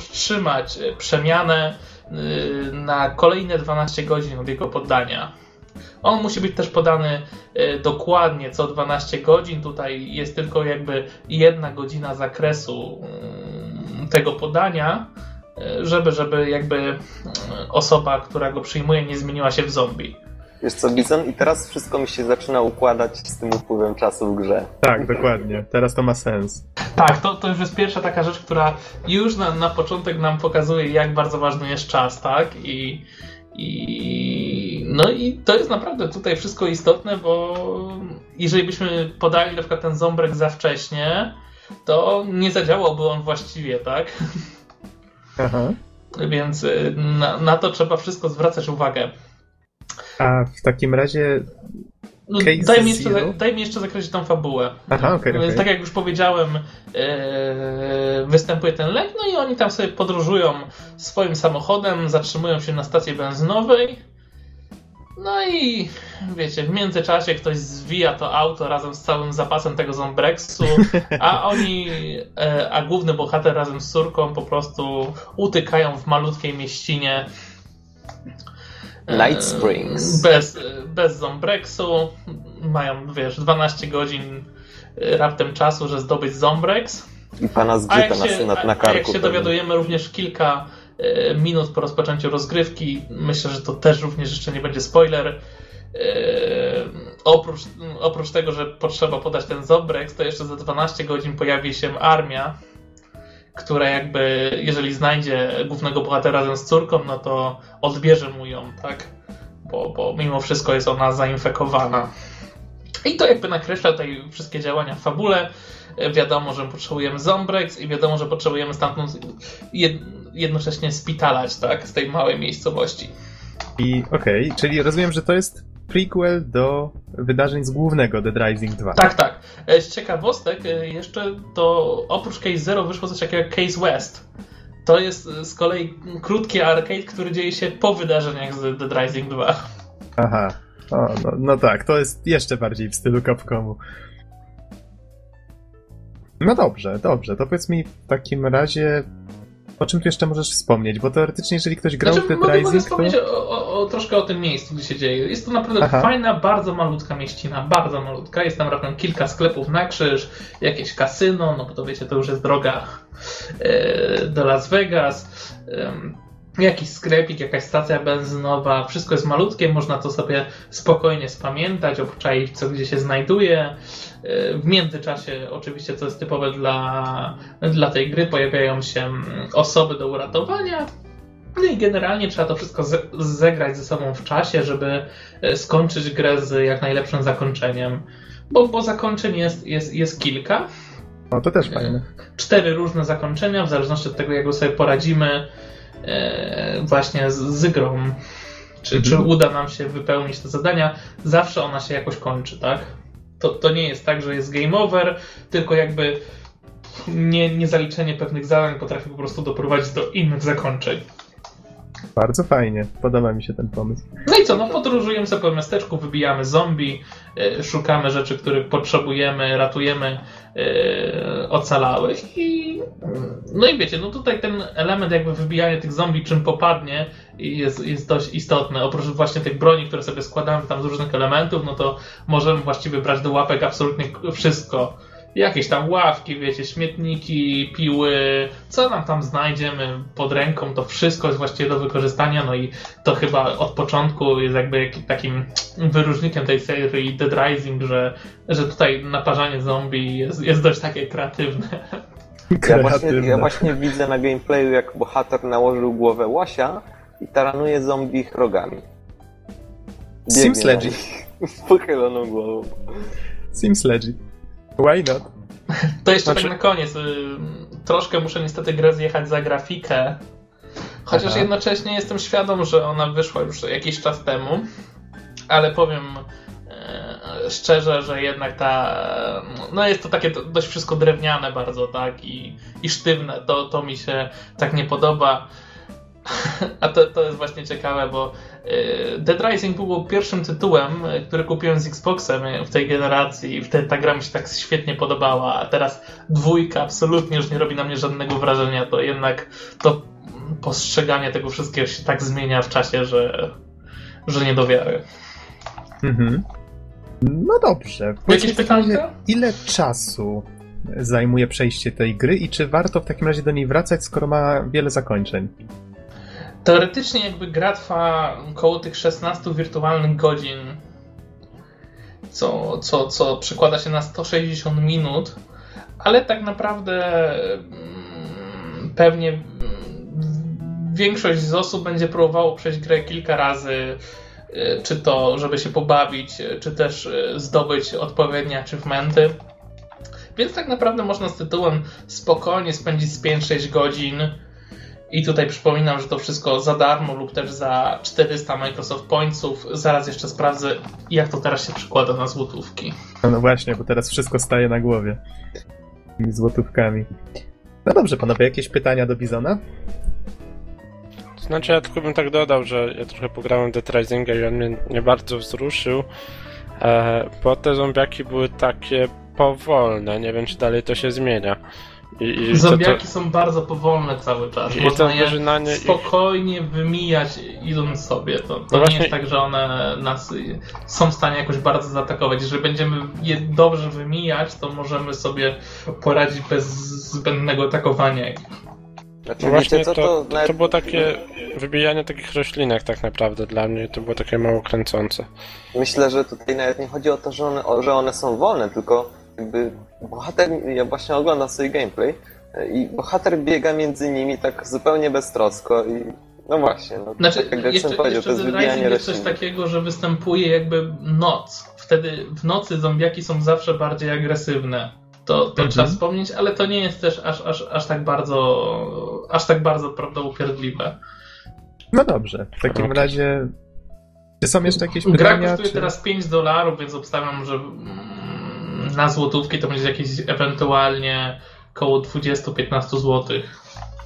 powstrzymać przemianę na kolejne dwanaście godzin od jego poddania. On musi być też podany y, dokładnie co dwanaście godzin. Tutaj jest tylko jakby jedna godzina zakresu y, tego podania, y, żeby, żeby jakby y, osoba, która go przyjmuje, nie zmieniła się w zombie. Wiesz co, Bizon? I teraz wszystko mi się zaczyna układać z tym upływem czasu w grze. Tak, dokładnie. Teraz to ma sens. Tak, to, to już jest pierwsza taka rzecz, która już na, na początek nam pokazuje, jak bardzo ważny jest czas, tak? I, i no i to jest naprawdę tutaj wszystko istotne, bo jeżeli byśmy podali na przykład ten zombrek za wcześnie, to nie zadziałałby on właściwie, tak? Aha. Więc na, na to trzeba wszystko zwracać uwagę. A w takim razie... No, daj, mi jeszcze, daj mi jeszcze zakreślić tą fabułę. Aha, okej, okay, okay. Tak jak już powiedziałem, yy, występuje ten lek, no i oni tam sobie podróżują swoim samochodem, zatrzymują się na stacji benzynowej. No i wiecie, w międzyczasie ktoś zwija to auto razem z całym zapasem tego Zombrexu, a oni, yy, a główny bohater razem z córką po prostu utykają w malutkiej mieścinie. Night Springs. Bez, bez Zombrexu. Mają, wiesz, dwanaście godzin raptem czasu, że zdobyć Zombrex. I pana zgrzyta na, się, na, na karku. A jak się dowiadujemy również kilka minut po rozpoczęciu rozgrywki, myślę, że to też również jeszcze nie będzie spoiler. Oprócz, oprócz tego, że potrzeba podać ten Zombrex, to jeszcze za dwanaście godzin pojawi się armia, która jakby, jeżeli znajdzie głównego bohatera razem z córką, no to odbierze mu ją, tak? Bo, bo mimo wszystko jest ona zainfekowana. I to jakby nakreśla tutaj wszystkie działania w fabule. Wiadomo, że potrzebujemy Zombrex i wiadomo, że potrzebujemy stamtąd jednocześnie spitalać, tak? Z tej małej miejscowości. I okej, okay, czyli rozumiem, że to jest prequel do wydarzeń z głównego Dead Rising dwa. Tak, tak. Z ciekawostek jeszcze to oprócz Case Zero wyszło coś takiego jak Case West. To jest z kolei krótki arcade, który dzieje się po wydarzeniach z Dead Rising dwa. Aha, o, no, no tak, to jest jeszcze bardziej w stylu Capcomu. No dobrze, dobrze, to powiedz mi w takim razie, o czym tu jeszcze możesz wspomnieć, bo teoretycznie jeżeli ktoś grał znaczy, w Dead mogę, Rising, mogę wspomnieć to... o, o, o, troszkę o tym miejscu, gdzie się dzieje. Jest to naprawdę Aha. fajna, bardzo malutka mieścina, bardzo malutka. Jest tam raptem kilka sklepów na krzyż, jakieś kasyno, no bo to wiecie, to już jest droga e, do Las Vegas. E, jakiś sklepik, jakaś stacja benzynowa, wszystko jest malutkie, można to sobie spokojnie spamiętać, obczaić, co gdzie się znajduje. W międzyczasie, oczywiście, co jest typowe dla, dla tej gry, pojawiają się osoby do uratowania. No i generalnie trzeba to wszystko ze- zegrać ze sobą w czasie, żeby skończyć grę z jak najlepszym zakończeniem. Bo, bo zakończeń jest, jest, jest kilka. O, to też fajne. Cztery różne zakończenia, w zależności od tego, jak sobie poradzimy właśnie z, z grą. Czy, mhm. czy uda nam się wypełnić te zadania. Zawsze ona się jakoś kończy, tak? To, to nie jest tak, że jest game over, tylko jakby nie, niezaliczenie pewnych zadań potrafi po prostu doprowadzić do innych zakończeń. Bardzo fajnie, podoba mi się ten pomysł. No i co, no podróżujemy sobie po miasteczku, wybijamy zombie, yy, szukamy rzeczy, których potrzebujemy, ratujemy yy, ocalałych i yy, no i wiecie, no tutaj ten element jakby wybijania tych zombie czym popadnie jest, jest dość istotny. Oprócz właśnie tych broni, które sobie składamy tam z różnych elementów, no to możemy właściwie brać do łapek absolutnie wszystko. Jakieś tam ławki, wiecie, śmietniki, piły, co nam tam znajdziemy pod ręką, to wszystko jest właściwie do wykorzystania, no i to chyba od początku jest jakby takim wyróżnikiem tej serii Dead Rising, że, że tutaj naparzanie zombie jest, jest dość takie kreatywne. Ja właśnie, ja właśnie widzę na gameplayu, jak bohater nałożył głowę łasia i taranuje zombie ich rogami. Seems legit. Z pochyloną głową. Seems legit. Why not? To jeszcze znaczy... tak na koniec. Troszkę muszę niestety grę zjechać za grafikę. Chociaż Aha. jednocześnie jestem świadom, że ona wyszła już jakiś czas temu. Ale powiem e, szczerze, że jednak ta... No jest to takie dość wszystko drewniane bardzo, tak? I, i sztywne. To, to mi się tak nie podoba. A to, to jest właśnie ciekawe, bo Dead Rising był pierwszym tytułem, który kupiłem z Xboxem w tej generacji i wtedy ta gra mi się tak świetnie podobała, a teraz dwójka absolutnie już nie robi na mnie żadnego wrażenia, to jednak to postrzeganie tego wszystkiego się tak zmienia w czasie, że, że nie do wiary. Mhm. No dobrze. Jakieś pytania? Ile czasu zajmuje przejście tej gry i czy warto w takim razie do niej wracać, skoro ma wiele zakończeń? Teoretycznie jakby gra trwa około tych szesnastu wirtualnych godzin, co, co, co przekłada się na sto sześćdziesiąt minut, ale tak naprawdę mm, pewnie mm, większość z osób będzie próbowało przejść grę kilka razy, y, czy to żeby się pobawić, y, czy też y, zdobyć odpowiednie achievementy. Więc tak naprawdę można z tytułem spokojnie spędzić z pięć sześć godzin. I tutaj przypominam, że to wszystko za darmo lub też za czterysta Microsoft Pointsów. Zaraz jeszcze sprawdzę, jak to teraz się przekłada na złotówki. No, no właśnie, bo teraz wszystko staje na głowie. Tymi złotówkami. No dobrze, panowie, jakieś pytania do Bizona? Znaczy, ja tylko bym tak dodał, że ja trochę pograłem Dead Risinga i on mnie nie bardzo wzruszył, e, bo te zombiaki były takie powolne. Nie wiem, czy dalej to się zmienia. I, i Zombiaki to, to... są bardzo powolne cały czas. I Można je wyżynanie spokojnie ich... wymijać idąc sobie. To, to no nie właśnie... jest tak, że one nas są w stanie jakoś bardzo zaatakować. Jeżeli będziemy je dobrze wymijać, to możemy sobie poradzić bez zbędnego atakowania ich. Znaczy, no właśnie wiecie, co to, to, nawet... to było takie wybijanie takich roślinek tak naprawdę dla mnie. To było takie mało kręcące. Myślę, że tutaj nawet nie chodzi o to, że one, o, że one są wolne, tylko jakby bohater, ja właśnie oglądam sobie gameplay i bohater biega między nimi tak zupełnie beztrosko i no właśnie, no, znaczy, tak jak jeszcze, powiedział, jeszcze to jest wybijanie jest coś roślin. takiego, że występuje jakby noc. Wtedy w nocy zombiaki są zawsze bardziej agresywne. To, to mhm. trzeba wspomnieć, ale to nie jest też aż, aż, aż tak bardzo aż tak bardzo prawda upierdliwe. No dobrze, w takim okay. razie czy są jeszcze jakieś pytania? Gra kosztuje czy... teraz pięć dolarów, więc obstawiam, że na złotówki to będzie jakieś ewentualnie około dwadzieścia do piętnastu złotych.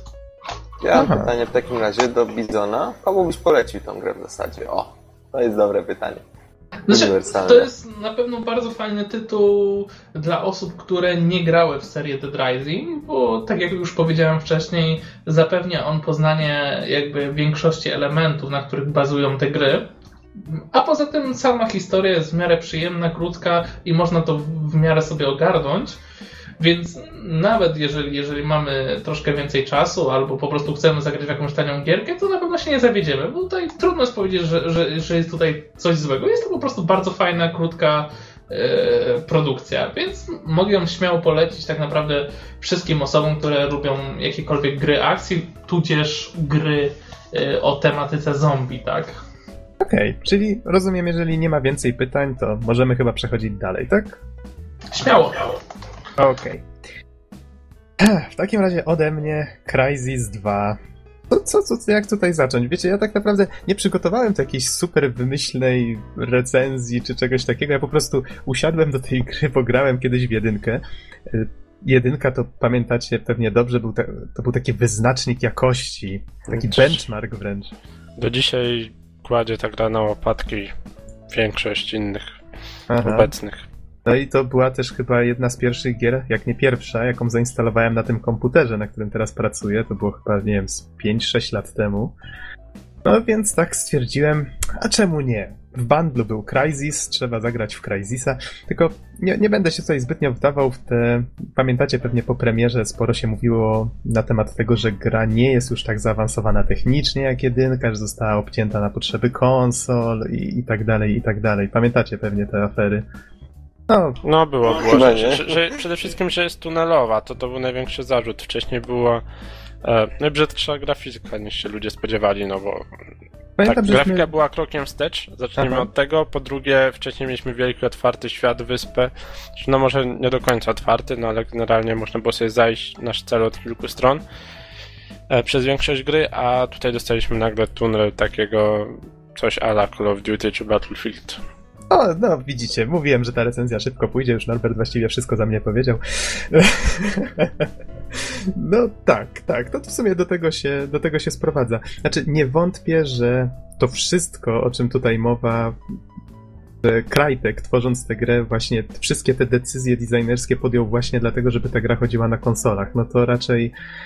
Ja mam pytanie w takim razie do Bizona. Komu byś polecił tą grę w zasadzie? O, to jest dobre pytanie. Znaczy, to jest na pewno bardzo fajny tytuł dla osób, które nie grały w serię Dead Rising, bo tak jak już powiedziałem wcześniej, zapewnia on poznanie jakby większości elementów, na których bazują te gry. A poza tym sama historia jest w miarę przyjemna, krótka i można to w miarę sobie ogarnąć. Więc nawet jeżeli, jeżeli mamy troszkę więcej czasu albo po prostu chcemy zagrać w jakąś tanią gierkę, to na pewno się nie zawiedziemy, bo tutaj trudno jest powiedzieć, że, że, że jest tutaj coś złego. Jest to po prostu bardzo fajna, krótka e, produkcja, więc mogę ją śmiało polecić tak naprawdę wszystkim osobom, które lubią jakiekolwiek gry akcji, tudzież gry e, o tematyce zombie, tak? Okej, okay, czyli rozumiem, jeżeli nie ma więcej pytań, to możemy chyba przechodzić dalej, tak? Śmiało. Okej. Okay. W takim razie ode mnie Crysis dwa. Co, co, co, jak tutaj zacząć? Wiecie, ja tak naprawdę nie przygotowałem tu jakiejś super wymyślnej recenzji czy czegoś takiego. Ja po prostu usiadłem do tej gry, pograłem kiedyś w jedynkę. Jedynka to pamiętacie pewnie dobrze, był te, to był taki wyznacznik jakości, taki benchmark wręcz. Do dzisiaj kładzie ta gra na łopatki większość innych Aha. obecnych. No i to była też chyba jedna z pierwszych gier, jak nie pierwsza, jaką zainstalowałem na tym komputerze, na którym teraz pracuję. To było chyba, nie wiem, z pięć sześć lat temu. No więc tak stwierdziłem, a czemu nie? W bundlu był Crysis, trzeba zagrać w Crysisa, tylko nie, nie będę się tutaj zbytnio wdawał w te... Pamiętacie, pewnie po premierze sporo się mówiło na temat tego, że gra nie jest już tak zaawansowana technicznie jak jedynka, że została obcięta na potrzeby konsol i, i tak dalej, i tak dalej. Pamiętacie pewnie te afery. No, no było, było. Że, że, że przede wszystkim, że jest tunelowa, to to był największy zarzut. Wcześniej była e, najbrzydsza grafika niż się ludzie spodziewali, no bo Pamiętam, tak, grafika żeśmy... była krokiem wstecz, zacznijmy Aha. od tego. Po drugie, wcześniej mieliśmy wielki, otwarty świat, wyspę. No może nie do końca otwarty, no ale generalnie można było sobie zajść nasz cel od kilku stron e, przez większość gry, a tutaj dostaliśmy nagle tunel takiego coś a la Call of Duty czy Battlefield. O, no widzicie, mówiłem, że ta recenzja szybko pójdzie, już Norbert właściwie wszystko za mnie powiedział. No tak, tak, to w sumie do tego się, do tego się sprowadza. Znaczy, nie wątpię, że to wszystko, o czym tutaj mowa, że Crytek, tworząc tę grę, właśnie wszystkie te decyzje designerskie podjął właśnie dlatego, żeby ta gra chodziła na konsolach. No to raczej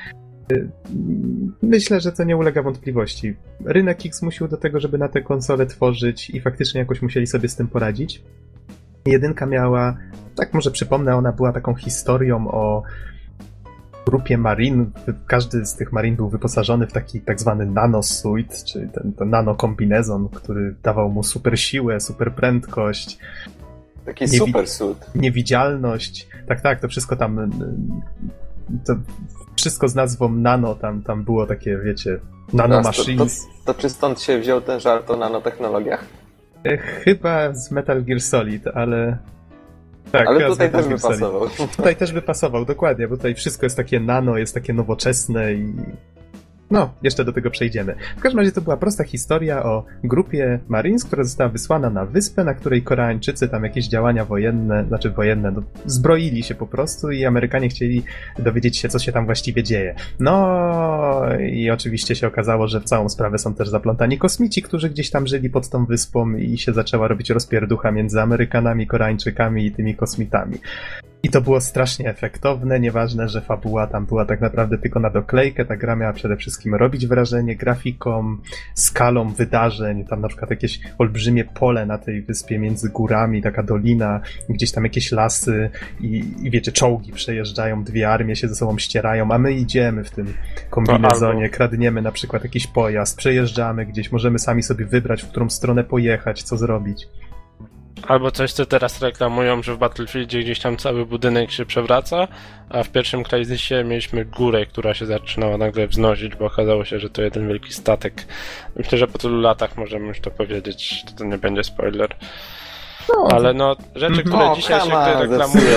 Myślę, że to nie ulega wątpliwości. Rynek X musiał do tego, żeby na te konsole tworzyć i faktycznie jakoś musieli sobie z tym poradzić. Jedynka miała, tak może przypomnę, ona była taką historią o grupie Marin. Każdy z tych Marin był wyposażony w taki tak zwany nanosuit, czyli ten, ten nanokombinezon, który dawał mu super siłę, super prędkość. Taki niewi- super suit. Niewidzialność. Tak, tak, to wszystko tam... To wszystko z nazwą nano, tam, tam było takie, wiecie, nanomachines. To, to, to czy stąd się wziął ten żart o nanotechnologiach? Chyba z Metal Gear Solid, ale... Tak, ale tutaj też by pasował. Tutaj też by pasował, dokładnie, bo tutaj wszystko jest takie nano, jest takie nowoczesne i... No, jeszcze do tego przejdziemy. W każdym razie to była prosta historia o grupie Marines, która została wysłana na wyspę, na której Koreańczycy tam jakieś działania wojenne, znaczy wojenne, no, zbroili się po prostu i Amerykanie chcieli dowiedzieć się, co się tam właściwie dzieje. No i oczywiście się okazało, że w całą sprawę są też zaplątani kosmici, którzy gdzieś tam żyli pod tą wyspą i się zaczęła robić rozpierducha między Amerykanami, Koreańczykami i tymi kosmitami. I to było strasznie efektowne, nieważne, że fabuła tam była tak naprawdę tylko na doklejkę, ta gra miała przede wszystkim robić wrażenie grafiką, skalą wydarzeń, tam na przykład jakieś olbrzymie pole na tej wyspie między górami, taka dolina, gdzieś tam jakieś lasy i, i wiecie, czołgi przejeżdżają, dwie armie się ze sobą ścierają, a my idziemy w tym kombinezonie, albo... kradniemy na przykład jakiś pojazd, przejeżdżamy gdzieś, możemy sami sobie wybrać, w którą stronę pojechać, co zrobić. Albo coś, co teraz reklamują, że w Battlefieldzie gdzieś tam cały budynek się przewraca, a w pierwszym Crysisie mieliśmy górę, która się zaczynała nagle wznosić, bo okazało się, że to jeden wielki statek. Myślę, że po tylu latach możemy już to powiedzieć, to, to nie będzie spoiler. No, ale no, rzeczy, które no, dzisiaj się gry reklamują...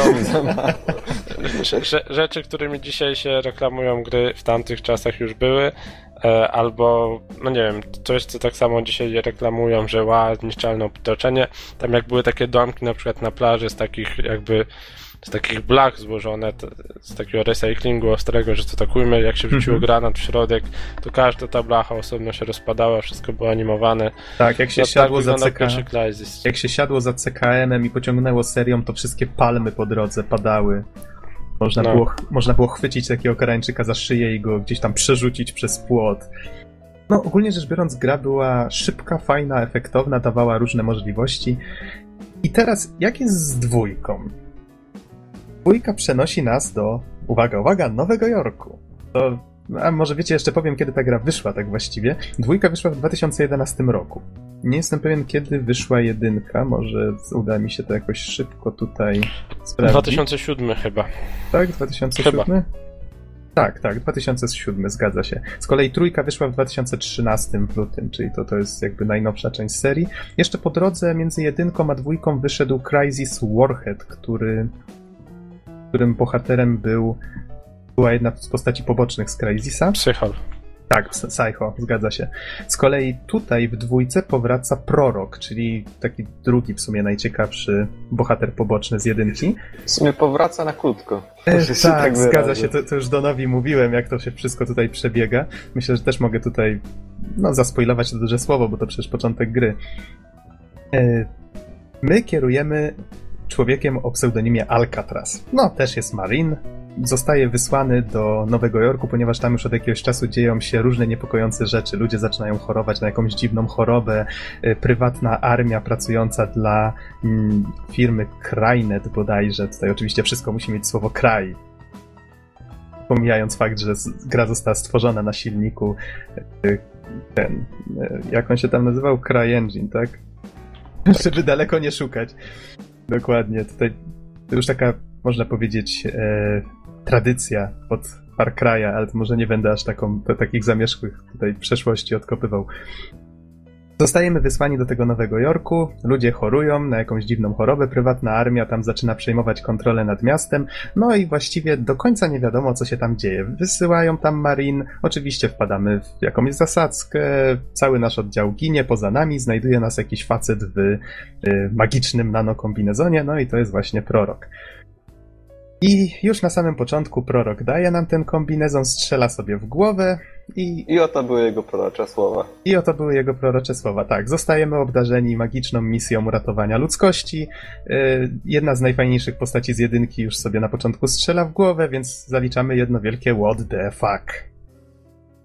rzeczy, którymi dzisiaj się reklamują gry, w tamtych czasach już były. Albo, no nie wiem, coś, co tak samo dzisiaj reklamują, że ła, zniszczalne otoczenie. Tam jak były takie domki na przykład na plaży z takich jakby, z takich blach złożone, z takiego recyklingu ostrego, że co takujmy, jak się wrzuciło granat w środek, to każda ta blacha osobno się rozpadała, wszystko było animowane. Tak, jak się, no, siadło, tak za C K... jak się siadło za C K M-em i pociągnęło serią, to wszystkie palmy po drodze padały. Można, no. było, można było chwycić takiego Koreańczyka za szyję i go gdzieś tam przerzucić przez płot. No, ogólnie rzecz biorąc, gra była szybka, fajna, efektowna, dawała różne możliwości. I teraz, jak jest z dwójką? Dwójka przenosi nas do, uwaga, uwaga, Nowego Jorku. To, a może wiecie, jeszcze powiem, kiedy ta gra wyszła tak właściwie. Dwójka wyszła w dwa tysiące jedenastym roku. Nie jestem pewien, kiedy wyszła jedynka. Może uda mi się to jakoś szybko tutaj sprawdzić. dwa tysiące siódmy chyba. Tak, dwa tysiące siódmy? Chyba. Tak, tak, dwa tysiące siódmy, zgadza się. Z kolei trójka wyszła w dwa tysiące trzynastym w lutym, czyli to, to jest jakby najnowsza część serii. Jeszcze po drodze między jedynką a dwójką wyszedł Crysis Warhead, który, którym bohaterem był, była jedna z postaci pobocznych z Crysisa. Psychol. Tak, Psycho, zgadza się. Z kolei tutaj w dwójce powraca Prorok, czyli taki drugi w sumie najciekawszy bohater poboczny z jedynki. W sumie powraca na krótko. E, tak, tak zgadza się, to, to już Donowi mówiłem, jak to się wszystko tutaj przebiega. Myślę, że też mogę tutaj no, zaspoilować to duże słowo, bo to przecież początek gry. E, my kierujemy człowiekiem o pseudonimie Alcatraz. No, też jest Marine. Zostaje wysłany do Nowego Jorku, ponieważ tam już od jakiegoś czasu dzieją się różne niepokojące rzeczy. Ludzie zaczynają chorować na jakąś dziwną chorobę. Prywatna armia pracująca dla mm, firmy Crynet bodajże. Tutaj oczywiście wszystko musi mieć słowo kraj. Pomijając fakt, że gra została stworzona na silniku ten, jak on się tam nazywał? CryEngine, tak? Żeby daleko nie szukać. Dokładnie. Tutaj to już taka, można powiedzieć, e, tradycja od Far Cry'a, ale to może nie będę aż taką, to, takich zamierzchłych tutaj przeszłości odkopywał. Zostajemy wysłani do tego Nowego Jorku, ludzie chorują na jakąś dziwną chorobę, prywatna armia tam zaczyna przejmować kontrolę nad miastem, no i właściwie do końca nie wiadomo, co się tam dzieje. Wysyłają tam Marine, oczywiście wpadamy w jakąś zasadzkę, cały nasz oddział ginie, poza nami znajduje nas jakiś facet w y, magicznym nanokombinezonie, no i to jest właśnie Prorok. I już na samym początku Prorok daje nam ten kombinezon, strzela sobie w głowę i... I oto były jego prorocze słowa. I oto były jego prorocze słowa, tak. Zostajemy obdarzeni magiczną misją uratowania ludzkości. Yy, jedna z najfajniejszych postaci z jedynki już sobie na początku strzela w głowę, więc zaliczamy jedno wielkie what the fuck.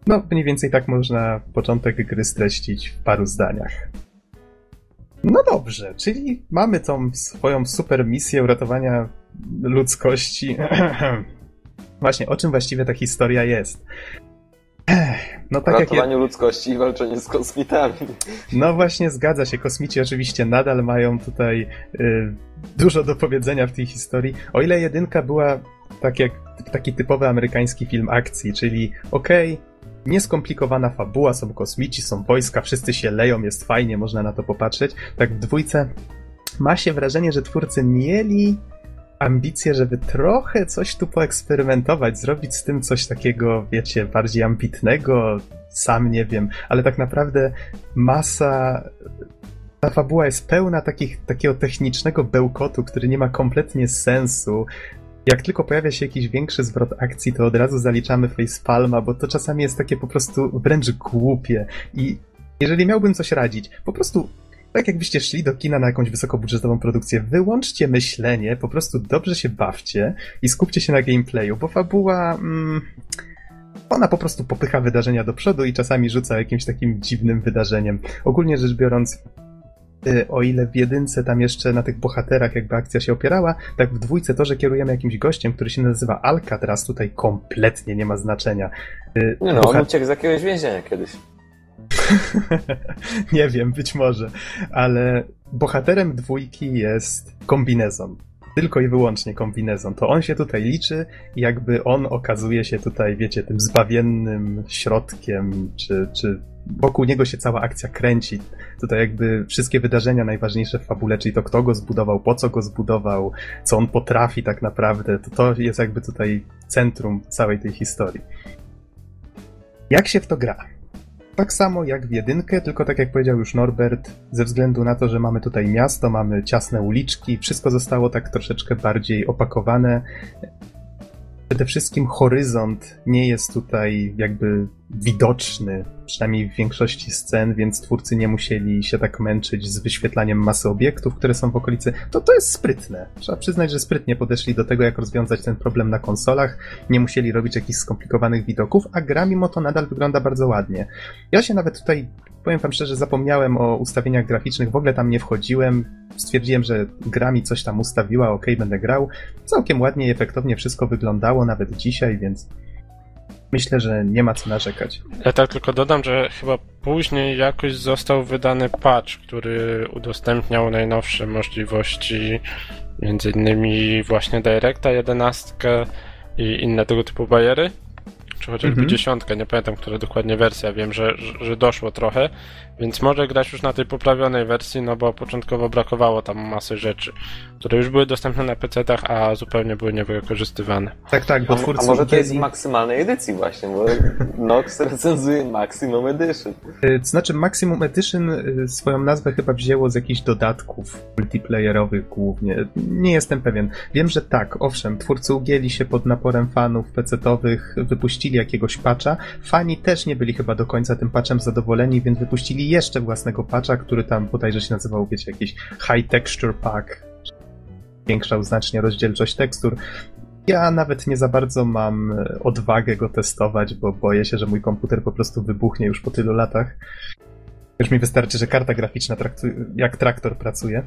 No, mniej więcej tak można początek gry streścić w paru zdaniach. No dobrze, czyli mamy tą swoją super misję uratowania ludzkości. Właśnie, o czym właściwie ta historia jest? No, tak Ratowaniu jak... ludzkości i walczeniu z kosmitami. No właśnie, zgadza się. Kosmici oczywiście nadal mają tutaj y, dużo do powiedzenia w tej historii. O ile jedynka była tak jak taki typowy amerykański film akcji, czyli okej, okay, nieskomplikowana fabuła, są kosmici, są wojska, wszyscy się leją, jest fajnie, można na to popatrzeć. Tak w dwójce ma się wrażenie, że twórcy mieli ambicje, żeby trochę coś tu poeksperymentować, zrobić z tym coś takiego, wiecie, bardziej ambitnego, sam nie wiem, ale tak naprawdę masa... Ta fabuła jest pełna takich, takiego technicznego bełkotu, który nie ma kompletnie sensu. Jak tylko pojawia się jakiś większy zwrot akcji, to od razu zaliczamy facepalma, bo to czasami jest takie po prostu wręcz głupie. I jeżeli miałbym coś radzić, po prostu tak jakbyście szli do kina na jakąś wysokobudżetową produkcję, wyłączcie myślenie, po prostu dobrze się bawcie i skupcie się na gameplayu, bo fabuła... Mm, ona po prostu popycha wydarzenia do przodu i czasami rzuca jakimś takim dziwnym wydarzeniem. Ogólnie rzecz biorąc, o ile w jedynce tam jeszcze na tych bohaterach jakby akcja się opierała, tak w dwójce to, że kierujemy jakimś gościem, który się nazywa Alcatraz, tutaj kompletnie nie ma znaczenia. Nie no, Bohat- on uciekł z jakiegoś więzienia kiedyś. Nie wiem, być może, ale bohaterem dwójki jest kombinezon. Tylko i wyłącznie kombinezon. To on się tutaj liczy i jakby on okazuje się tutaj, wiecie, tym zbawiennym środkiem, czy, czy wokół niego się cała akcja kręci. Tutaj jakby wszystkie wydarzenia najważniejsze w fabule, czyli to kto go zbudował, po co go zbudował, co on potrafi tak naprawdę, to to jest jakby tutaj centrum całej tej historii. Jak się w to gra? Tak samo jak w jedynkę, tylko tak jak powiedział już Norbert, ze względu na to, że mamy tutaj miasto, mamy ciasne uliczki, wszystko zostało tak troszeczkę bardziej opakowane. Przede wszystkim horyzont nie jest tutaj jakby widoczny, przynajmniej w większości scen, więc twórcy nie musieli się tak męczyć z wyświetlaniem masy obiektów, które są w okolicy. To to jest sprytne. Trzeba przyznać, że sprytnie podeszli do tego, jak rozwiązać ten problem na konsolach. Nie musieli robić jakichś skomplikowanych widoków, a gra mimo to nadal wygląda bardzo ładnie. Ja się nawet tutaj, powiem wam szczerze, zapomniałem o ustawieniach graficznych, w ogóle tam nie wchodziłem. Stwierdziłem, że gra mi coś tam ustawiła, okej, okay, będę grał. Całkiem ładnie i efektownie wszystko wyglądało, nawet dzisiaj, więc myślę, że nie ma co narzekać. Ja tak tylko dodam, że chyba później jakoś został wydany patch, który udostępniał najnowsze możliwości, między innymi właśnie Directa jedenaście i inne tego typu bajery. Czy chociażby mhm. dziesiątkę, nie pamiętam, która dokładnie wersja, wiem, że, że doszło trochę, więc może grać już na tej poprawionej wersji, no bo początkowo brakowało tam masy rzeczy, które już były dostępne na pecetach, a zupełnie były niewykorzystywane. Tak, tak, bo twórcy... A może to jest w maksymalnej edycji właśnie, bo Nox recenzuje Maximum Edition. To znaczy Maximum Edition swoją nazwę chyba wzięło z jakichś dodatków multiplayerowych głównie. Nie jestem pewien. Wiem, że tak, owszem, twórcy ugięli się pod naporem fanów pecetowych, wypuścili jakiegoś patcha. Fani też nie byli chyba do końca tym patchem zadowoleni, więc wypuścili jeszcze własnego patcha, który tam bodajże się nazywał, wiecie, jakiś High Texture Pack. Zwiększał znacznie rozdzielczość tekstur. Ja nawet nie za bardzo mam odwagę go testować, bo boję się, że mój komputer po prostu wybuchnie już po tylu latach. Już mi wystarczy, że karta graficzna traktu- jak traktor pracuje.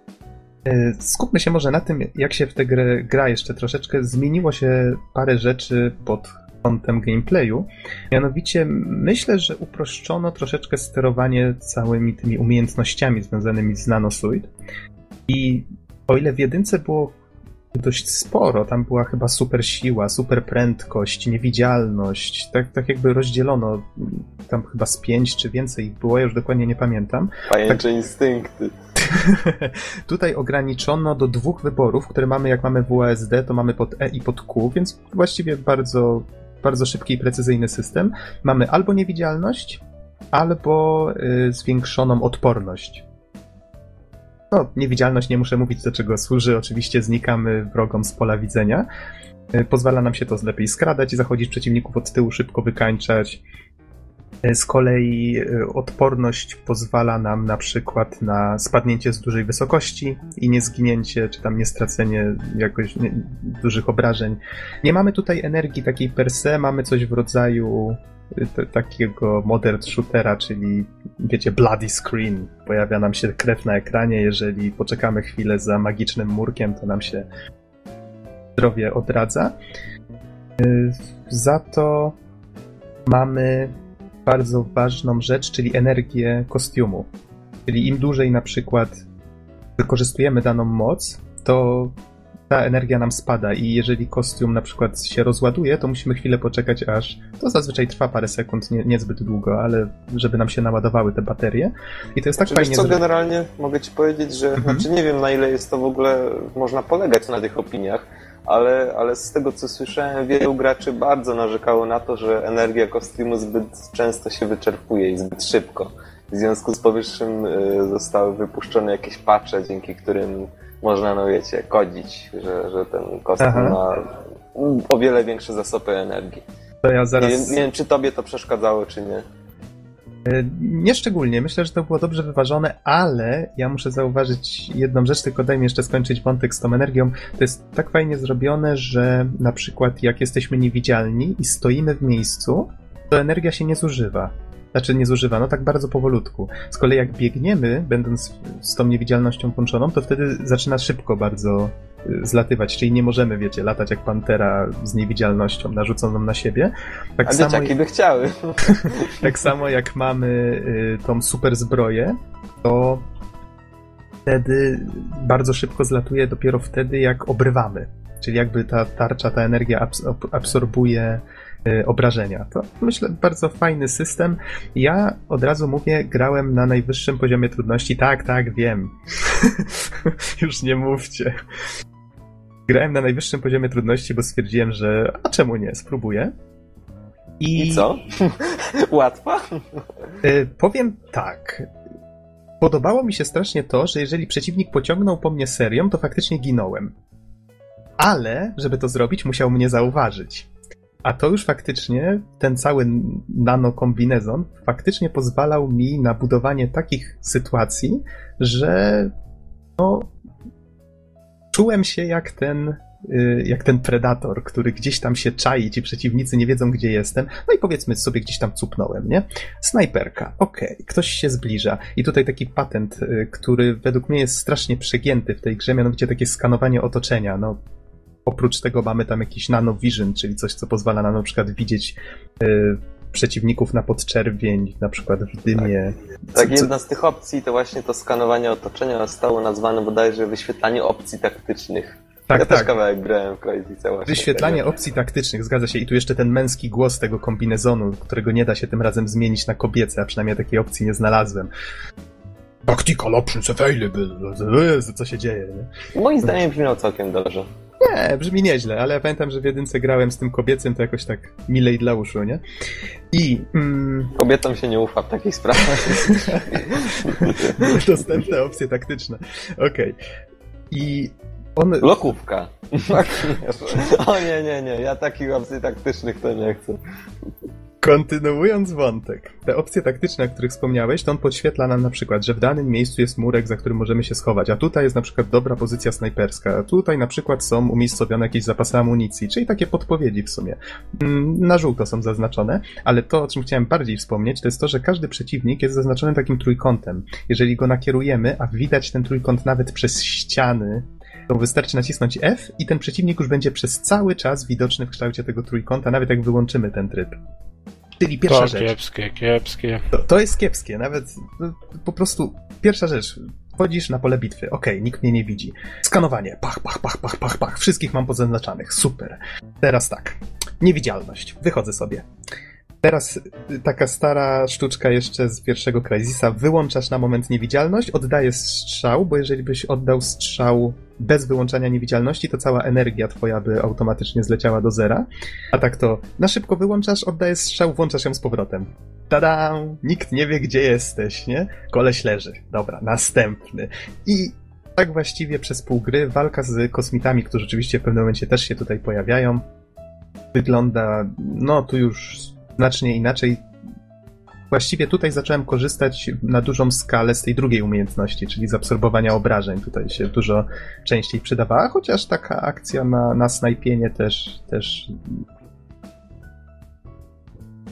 Skupmy się może na tym, jak się w tę grę gra jeszcze troszeczkę. Zmieniło się parę rzeczy pod kątem gameplayu. Mianowicie myślę, że uproszczono troszeczkę sterowanie całymi tymi umiejętnościami związanymi z Nanosuit. I o ile w jedynce było dość sporo, tam była chyba super siła, super prędkość, niewidzialność, tak, tak jakby rozdzielono, tam chyba z pięć czy więcej ich było, ja już dokładnie nie pamiętam. Pajęcze tak... instynkty. Tutaj ograniczono do dwóch wyborów, które mamy, jak mamy W A S D, to mamy pod E i pod Q, więc właściwie bardzo, bardzo szybki i precyzyjny system. Mamy albo niewidzialność, albo y, zwiększoną odporność. No, niewidzialność, nie muszę mówić, do czego służy. Oczywiście znikamy wrogom z pola widzenia. Y, pozwala nam się to lepiej skradać, zachodzić przeciwników od tyłu, szybko wykańczać. Z kolei odporność pozwala nam na przykład na spadnięcie z dużej wysokości i nie zginięcie, czy tam nie stracenie jakoś nie, dużych obrażeń. Nie mamy tutaj energii takiej per se, mamy coś w rodzaju t- takiego modern shootera, czyli wiecie, bloody screen. Pojawia nam się krew na ekranie, jeżeli poczekamy chwilę za magicznym murkiem, to nam się zdrowie odradza. Za to mamy bardzo ważną rzecz, czyli energię kostiumu. Czyli im dłużej na przykład wykorzystujemy daną moc, to ta energia nam spada i jeżeli kostium na przykład się rozładuje, to musimy chwilę poczekać, aż to zazwyczaj trwa parę sekund, nie, niezbyt długo, ale żeby nam się naładowały te baterie. I to jest tak Czy fajnie... Wiesz co, że... generalnie mogę ci powiedzieć, że Mhm. znaczy nie wiem, na ile jest to w ogóle można polegać na tych opiniach, ale, ale z tego co słyszałem, wielu graczy bardzo narzekało na to, że energia kostiumu zbyt często się wyczerpuje i zbyt szybko. W związku z powyższym y, zostały wypuszczone jakieś patche, dzięki którym można, no wiecie, kodzić, że, że ten kostium Aha. ma o wiele większe zasoby energii. To ja zaraz... Nie wiem, nie wiem, czy tobie to przeszkadzało, czy nie. Nie szczególnie. Myślę, że to było dobrze wyważone, ale ja muszę zauważyć jedną rzecz, tylko daj mi jeszcze skończyć wątek z tą energią. To jest tak fajnie zrobione, że na przykład jak jesteśmy niewidzialni i stoimy w miejscu, to energia się nie zużywa. Znaczy nie zużywa, no tak bardzo powolutku. Z kolei jak biegniemy, będąc z tą niewidzialnością włączoną, to wtedy zaczyna szybko bardzo zlatywać, czyli nie możemy, wiecie, latać jak pantera z niewidzialnością narzuconą na siebie. Tak A samo dzieciaki by chciały. Tak samo jak mamy y, tą super zbroję, to wtedy bardzo szybko zlatuje dopiero wtedy, jak obrywamy. Czyli jakby ta tarcza, ta energia abs- absorbuje y, obrażenia. To myślę bardzo fajny system. Ja od razu mówię, grałem na najwyższym poziomie trudności. Tak, tak, wiem. Już nie mówcie. Grałem na najwyższym poziomie trudności, bo stwierdziłem, że a czemu nie, spróbuję. I, I co? Łatwa? Y, powiem tak. Podobało mi się strasznie to, że jeżeli przeciwnik pociągnął po mnie serią, to faktycznie ginąłem. Ale, żeby to zrobić, musiał mnie zauważyć. A to już faktycznie, ten cały nanokombinezon faktycznie pozwalał mi na budowanie takich sytuacji, że no, czułem się jak ten jak ten predator, który gdzieś tam się czai, ci przeciwnicy nie wiedzą, gdzie jestem, no i powiedzmy sobie gdzieś tam cupnąłem, nie? Snajperka, okej, okay. Ktoś się zbliża i tutaj taki patent, który według mnie jest strasznie przegięty w tej grze, mianowicie takie skanowanie otoczenia, no oprócz tego mamy tam jakiś nanovision, czyli coś, co pozwala nam na przykład widzieć y, przeciwników na podczerwień, na przykład w dymie. Tak, tak, jedna z tych opcji to właśnie to skanowanie otoczenia zostało nazwane bodajże wyświetlanie opcji taktycznych. Tak, ja tak. też kawałek grałem w Crysisie właśnie. Wyświetlanie tego. opcji taktycznych, zgadza się. I tu jeszcze ten męski głos tego kombinezonu, którego nie da się tym razem zmienić na kobiece, a przynajmniej takiej opcji nie znalazłem. Tactical options available. Co się dzieje, nie? Moim zdaniem brzmiał całkiem dobrze. Nie, brzmi nieźle, ale ja pamiętam, że w jedynce grałem z tym kobiecym, to jakoś tak milej dla uszu, nie? I... Mm, Kobietom się nie ufa w takich sprawach. Dostępne opcje taktyczne. Okej. Okay. I on... Lokówka. O nie, nie, nie, ja takich opcji taktycznych to nie chcę. Kontynuując wątek, te opcje taktyczne, o których wspomniałeś, to on podświetla nam na przykład, że w danym miejscu jest murek, za którym możemy się schować, a tutaj jest na przykład dobra pozycja snajperska, a tutaj na przykład są umiejscowione jakieś zapasy amunicji, czyli takie podpowiedzi w sumie. Na żółto są zaznaczone, ale to, o czym chciałem bardziej wspomnieć, to jest to, że każdy przeciwnik jest zaznaczony takim trójkątem. Jeżeli go nakierujemy, a widać ten trójkąt nawet przez ściany, to wystarczy nacisnąć F i ten przeciwnik już będzie przez cały czas widoczny w kształcie tego trójkąta, nawet jak wyłączymy ten tryb. Czyli pierwsza to rzecz. kiepskie, kiepskie. To, to jest kiepskie, nawet no, po prostu pierwsza rzecz. Wchodzisz na pole bitwy, okej, okay, nikt mnie nie widzi. Skanowanie, pach, pach, pach, pach, pach, pach. Wszystkich mam pozaznaczanych, super. Teraz tak, niewidzialność, wychodzę sobie. Teraz taka stara sztuczka jeszcze z pierwszego Crysisa. Wyłączasz na moment niewidzialność, oddajesz strzał, bo jeżeli byś oddał strzał bez wyłączania niewidzialności, to cała energia twoja by automatycznie zleciała do zera. A tak to na szybko wyłączasz, oddajesz strzał, włączasz ją z powrotem. Tada! Nikt nie wie, gdzie jesteś, nie? Koleś leży. Dobra, następny. I tak właściwie przez pół gry walka z kosmitami, którzy oczywiście w pewnym momencie też się tutaj pojawiają, wygląda, no tu już znacznie inaczej. Właściwie tutaj zacząłem korzystać na dużą skalę z tej drugiej umiejętności, czyli z absorbowania obrażeń. Tutaj się dużo częściej przydawała, chociaż taka akcja na, na snajpienie też, też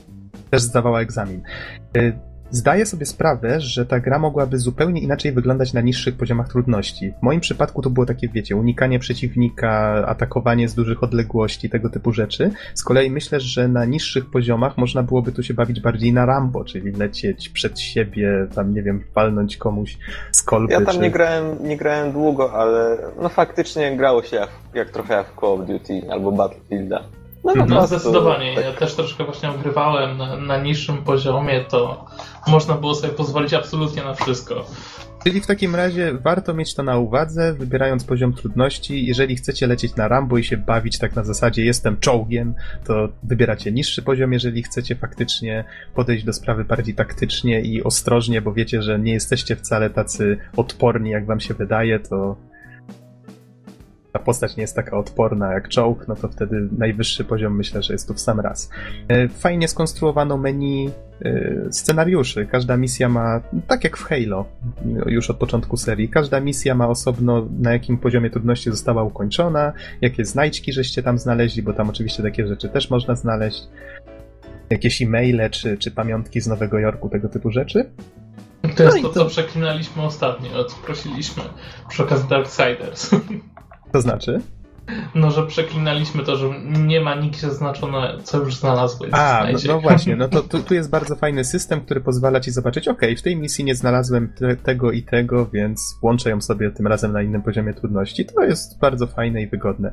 też zdawała egzamin. Zdaję sobie sprawę, że ta gra mogłaby zupełnie inaczej wyglądać na niższych poziomach trudności. W moim przypadku to było takie, wiecie, unikanie przeciwnika, atakowanie z dużych odległości, tego typu rzeczy. Z kolei myślę, że na niższych poziomach można byłoby tu się bawić bardziej na Rambo, czyli lecieć przed siebie, tam nie wiem, walnąć komuś z kolby. Ja tam czy... nie grałem, nie grałem długo, ale no faktycznie grało się jak, jak trochę jak w Call of Duty albo Battlefielda. No, no, no zdecydowanie. tak. Ja też troszkę właśnie ogrywałem na, na niższym poziomie, to można było sobie pozwolić absolutnie na wszystko. Czyli w takim razie warto mieć to na uwadze, wybierając poziom trudności. Jeżeli chcecie lecieć na Rambo i się bawić tak na zasadzie jestem czołgiem, to wybieracie niższy poziom. Jeżeli chcecie faktycznie podejść do sprawy bardziej taktycznie i ostrożnie, bo wiecie, że nie jesteście wcale tacy odporni, jak wam się wydaje, to ta postać nie jest taka odporna jak czołg, no to wtedy najwyższy poziom myślę, że jest tu w sam raz. Fajnie skonstruowano menu scenariuszy. Każda misja ma, tak jak w Halo, już od początku serii, każda misja ma osobno, na jakim poziomie trudności została ukończona, jakie znajdźki żeście tam znaleźli, bo tam oczywiście takie rzeczy też można znaleźć, jakieś e-maile czy, czy pamiątki z Nowego Jorku, tego typu rzeczy. To jest no to, to, co przeklinaliśmy ostatnio, o co prosiliśmy przy okazji Darksiders. To znaczy? No, że przeklinaliśmy to, że nie ma nigdzie zaznaczone, co już znalazłeś. A, no, no właśnie, no to tu, tu jest bardzo fajny system, który pozwala ci zobaczyć, okej, okay, w tej misji nie znalazłem te, tego i tego, więc włączę ją sobie tym razem na innym poziomie trudności. To jest bardzo fajne i wygodne.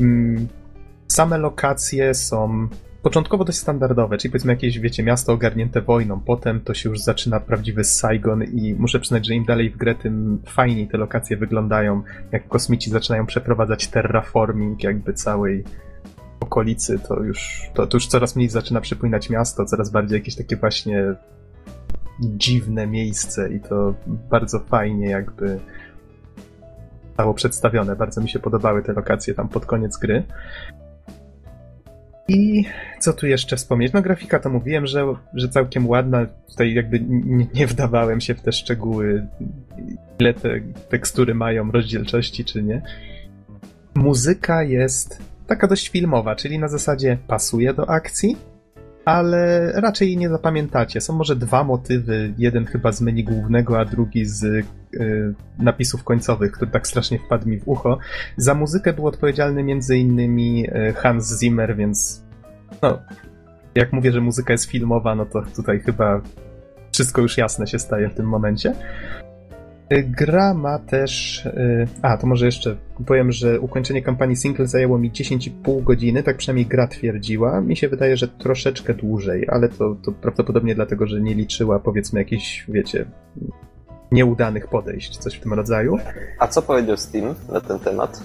Same lokacje są początkowo dość standardowe, czyli powiedzmy jakieś, wiecie, miasto ogarnięte wojną, potem to się już zaczyna prawdziwy Saigon i muszę przyznać, że im dalej w grę, tym fajniej te lokacje wyglądają, jak kosmici zaczynają przeprowadzać terraforming jakby całej okolicy, to już, to, to już coraz mniej zaczyna przypominać miasto, coraz bardziej jakieś takie właśnie dziwne miejsce i to bardzo fajnie jakby zostało przedstawione. Bardzo mi się podobały te lokacje tam pod koniec gry. I co tu jeszcze wspomnieć? No grafika to mówiłem, że, że całkiem ładna. Tutaj jakby nie, nie wdawałem się w te szczegóły, ile te tekstury mają rozdzielczości czy nie. Muzyka jest taka dość filmowa, czyli na zasadzie pasuje do akcji, ale raczej jej nie zapamiętacie. Są może dwa motywy, jeden chyba z menu głównego, a drugi z y, napisów końcowych, który tak strasznie wpadł mi w ucho. Za muzykę był odpowiedzialny między innymi Hans Zimmer, więc no, jak mówię, że muzyka jest filmowa, no to tutaj chyba wszystko już jasne się staje w tym momencie. Gra ma też... A, to może jeszcze powiem, że ukończenie kampanii single zajęło mi dziesięć i pół godziny, tak przynajmniej gra twierdziła. Mi się wydaje, że troszeczkę dłużej, ale to, to prawdopodobnie dlatego, że nie liczyła, powiedzmy, jakichś, wiecie, nieudanych podejść, coś w tym rodzaju. A co powiedział Steam na ten temat?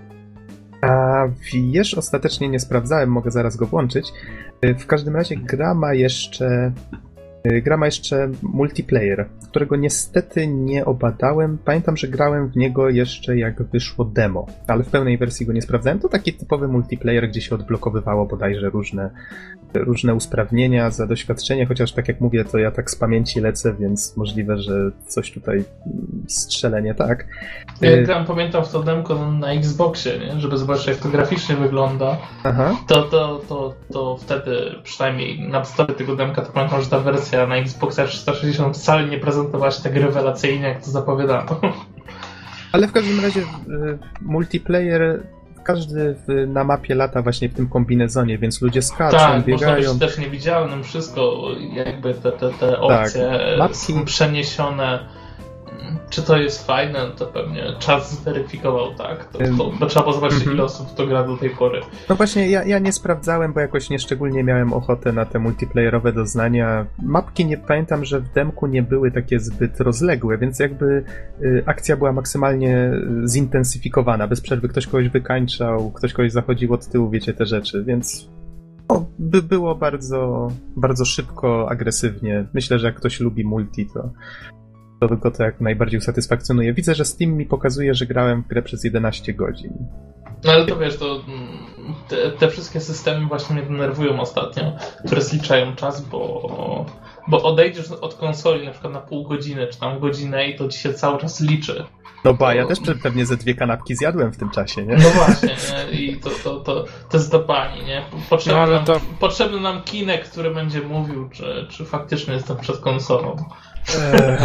A wiesz, ostatecznie nie sprawdzałem, mogę zaraz go włączyć. W każdym razie gra ma jeszcze... Gra ma jeszcze multiplayer, którego niestety nie obadałem. Pamiętam, że grałem w niego jeszcze jak wyszło demo, ale w pełnej wersji go nie sprawdzałem. To taki typowy multiplayer, gdzie się odblokowywało bodajże różne, różne usprawnienia za doświadczenie, chociaż tak jak mówię, to ja tak z pamięci lecę, więc możliwe, że coś tutaj strzelę nie tak. Ja gram, pamiętam w to demko na Xboxie, nie? Żeby zobaczyć, jak to graficznie wygląda. Aha. To, to, to, to wtedy przynajmniej na podstawie tego demka to pamiętam, że ta wersja na Xboxa trzysta sześćdziesiąt wcale nie prezentowała się tak rewelacyjnie, jak to zapowiadano. Ale w każdym razie multiplayer każdy w, na mapie lata właśnie w tym kombinezonie, więc ludzie skaczą, tak, biegają. Tak, można być też niewidzialnym, wszystko jakby te, te, te opcje tak, mapki są przeniesione. Czy to jest fajne, to pewnie czas zweryfikował, tak? To, to, to trzeba zobaczyć, mm-hmm. ile osób to gra do tej pory. No właśnie, ja, ja nie sprawdzałem, bo jakoś nieszczególnie miałem ochotę na te multiplayerowe doznania. Mapki, nie pamiętam, że w demku nie były takie zbyt rozległe, więc jakby y, akcja była maksymalnie zintensyfikowana. Bez przerwy ktoś kogoś wykańczał, ktoś kogoś zachodził od tyłu, wiecie, te rzeczy, więc no, by było bardzo, bardzo szybko, agresywnie. Myślę, że jak ktoś lubi multi, to to go to jak najbardziej usatysfakcjonuje. Widzę, że Steam mi pokazuje, że grałem w grę przez jedenaście godzin. No ale to wiesz, to te, te wszystkie systemy właśnie mnie denerwują ostatnio, które zliczają czas, bo Bo odejdziesz od konsoli na przykład na pół godziny, czy tam godzinę i to ci się cały czas liczy. No ba, ja też pewnie ze dwie kanapki zjadłem w tym czasie, nie? No właśnie, nie? I to, to, to, to jest do pani, nie? Potrzebny, No, ale nam, to- potrzebny nam Kinect, który będzie mówił, czy, czy faktycznie jestem przed konsolą. Eee,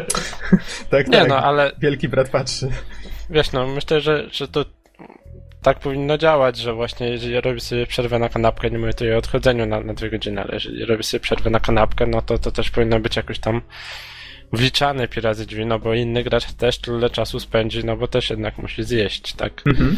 tak, Nie tak. no, ale Wielki brat patrzy. wiesz, no myślę, że, że to tak powinno działać, że właśnie jeżeli robisz sobie przerwę na kanapkę, nie mówię tutaj o odchodzeniu na, na dwie godziny, ale jeżeli robisz sobie przerwę na kanapkę, no to to też powinno być jakoś tam wliczane pi razy drzwi, no bo inny gracz też tyle czasu spędzi, no bo też jednak musi zjeść, tak? Mhm.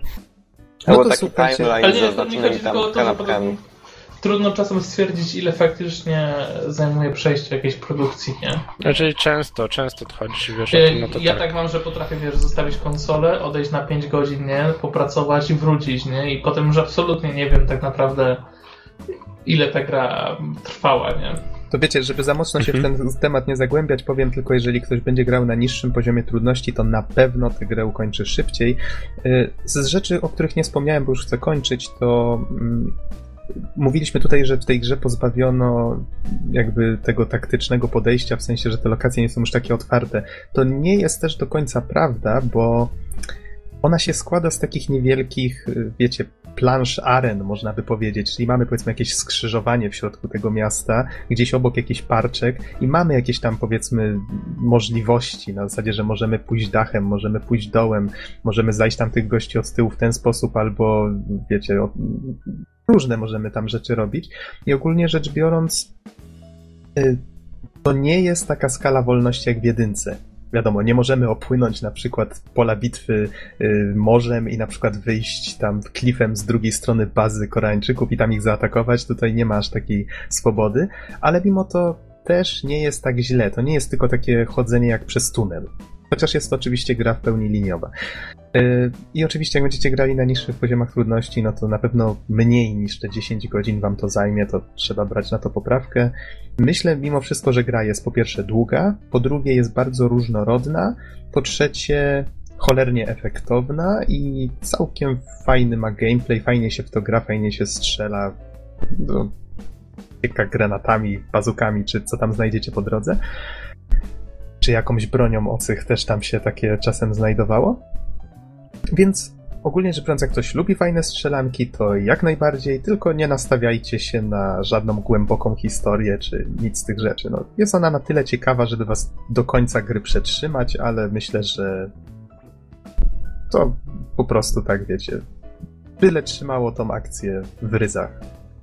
No No bo to taki słuchajcie, timeline Ale nie, to mi zaznaczony chodzi tam tylko o to, że kanapkami. potem trudno czasem stwierdzić, ile faktycznie zajmuje przejście jakiejś produkcji, nie? Jeżeli często, często odchodzisz i wiesz o tym, no to Ja tak. tak mam, że potrafię, wiesz, zostawić konsolę, odejść na pięć godzin, nie? Popracować i wrócić, nie? I potem już absolutnie nie wiem tak naprawdę, ile ta gra trwała, nie? To wiecie, żeby za mocno się w ten temat nie zagłębiać, powiem tylko, jeżeli ktoś będzie grał na niższym poziomie trudności, to na pewno tę grę ukończy szybciej. Z rzeczy, o których nie wspomniałem, bo już chcę kończyć, to mm, mówiliśmy tutaj, że w tej grze pozbawiono jakby tego taktycznego podejścia, w sensie, że te lokacje nie są już takie otwarte. To nie jest też do końca prawda, bo ona się składa z takich niewielkich, wiecie, plansz aren, można by powiedzieć, czyli mamy powiedzmy jakieś skrzyżowanie w środku tego miasta, gdzieś obok jakiś parczek i mamy jakieś tam powiedzmy możliwości, na zasadzie, że możemy pójść dachem, możemy pójść dołem, możemy zajść tam tych gości od tyłu w ten sposób, albo wiecie, o, różne możemy tam rzeczy robić i ogólnie rzecz biorąc y, to nie jest taka skala wolności jak w jedynce. Wiadomo, nie możemy opłynąć na przykład pola bitwy y, morzem i na przykład wyjść tam klifem z drugiej strony bazy Koreańczyków i tam ich zaatakować. Tutaj nie ma aż takiej swobody, ale mimo to też nie jest tak źle. To nie jest tylko takie chodzenie jak przez tunel. Chociaż jest to oczywiście gra w pełni liniowa. Yy, I oczywiście jak będziecie grali na niższych poziomach trudności, no to na pewno mniej niż te dziesięć godzin wam to zajmie, to trzeba brać na to poprawkę. Myślę mimo wszystko, że gra jest po pierwsze długa, po drugie jest bardzo różnorodna, po trzecie cholernie efektowna i całkiem fajny ma gameplay, fajnie się w to gra, fajnie się strzela, no, jak granatami, bazukami, czy co tam znajdziecie po drodze. Czy jakąś bronią obcych też tam się takie czasem znajdowało. Więc ogólnie rzecz biorąc, jak ktoś lubi fajne strzelanki, to jak najbardziej, tylko nie nastawiajcie się na żadną głęboką historię, czy nic z tych rzeczy. No, jest ona na tyle ciekawa, żeby was do końca gry przetrzymać, ale myślę, że to po prostu tak, wiecie, byle trzymało tą akcję w ryzach.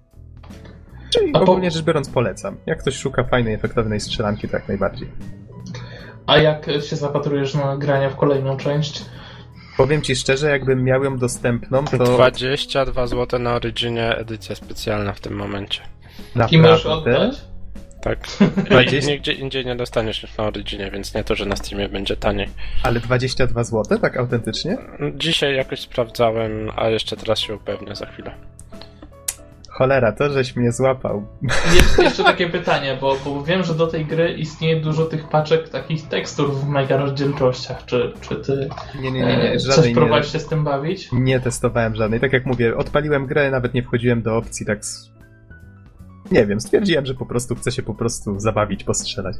Czyli A ogólnie po... rzecz biorąc polecam. Jak ktoś szuka fajnej, efektownej strzelanki, to jak najbardziej. A jak się zapatrujesz na grania w kolejną część? Powiem ci szczerze, jakbym miał ją dostępną, to... dwadzieścia dwa złote na Originie, edycja specjalna w tym momencie. I możesz Naprawdę? oddać? Tak. dwadzieścia Nigdzie indziej nie dostaniesz niż na Originie, więc nie to, że na Steamie będzie taniej. Ale dwadzieścia dwa złote? Tak autentycznie? Dzisiaj jakoś sprawdzałem, a jeszcze teraz się upewnię za chwilę. Cholera, to żeś mnie złapał. Jeszcze, jeszcze takie pytanie, bo, bo wiem, że do tej gry istnieje dużo tych paczek, takich tekstur w mega rozdzielczościach. Czy, czy ty Nie, nie, nie, nie. e, coś Żadnej próbowałeś nie, się z tym bawić? nie testowałem żadnej. Tak jak mówię, odpaliłem grę, nawet nie wchodziłem do opcji, tak... z- Nie wiem, stwierdziłem, że po prostu chcę się po prostu zabawić, postrzelać.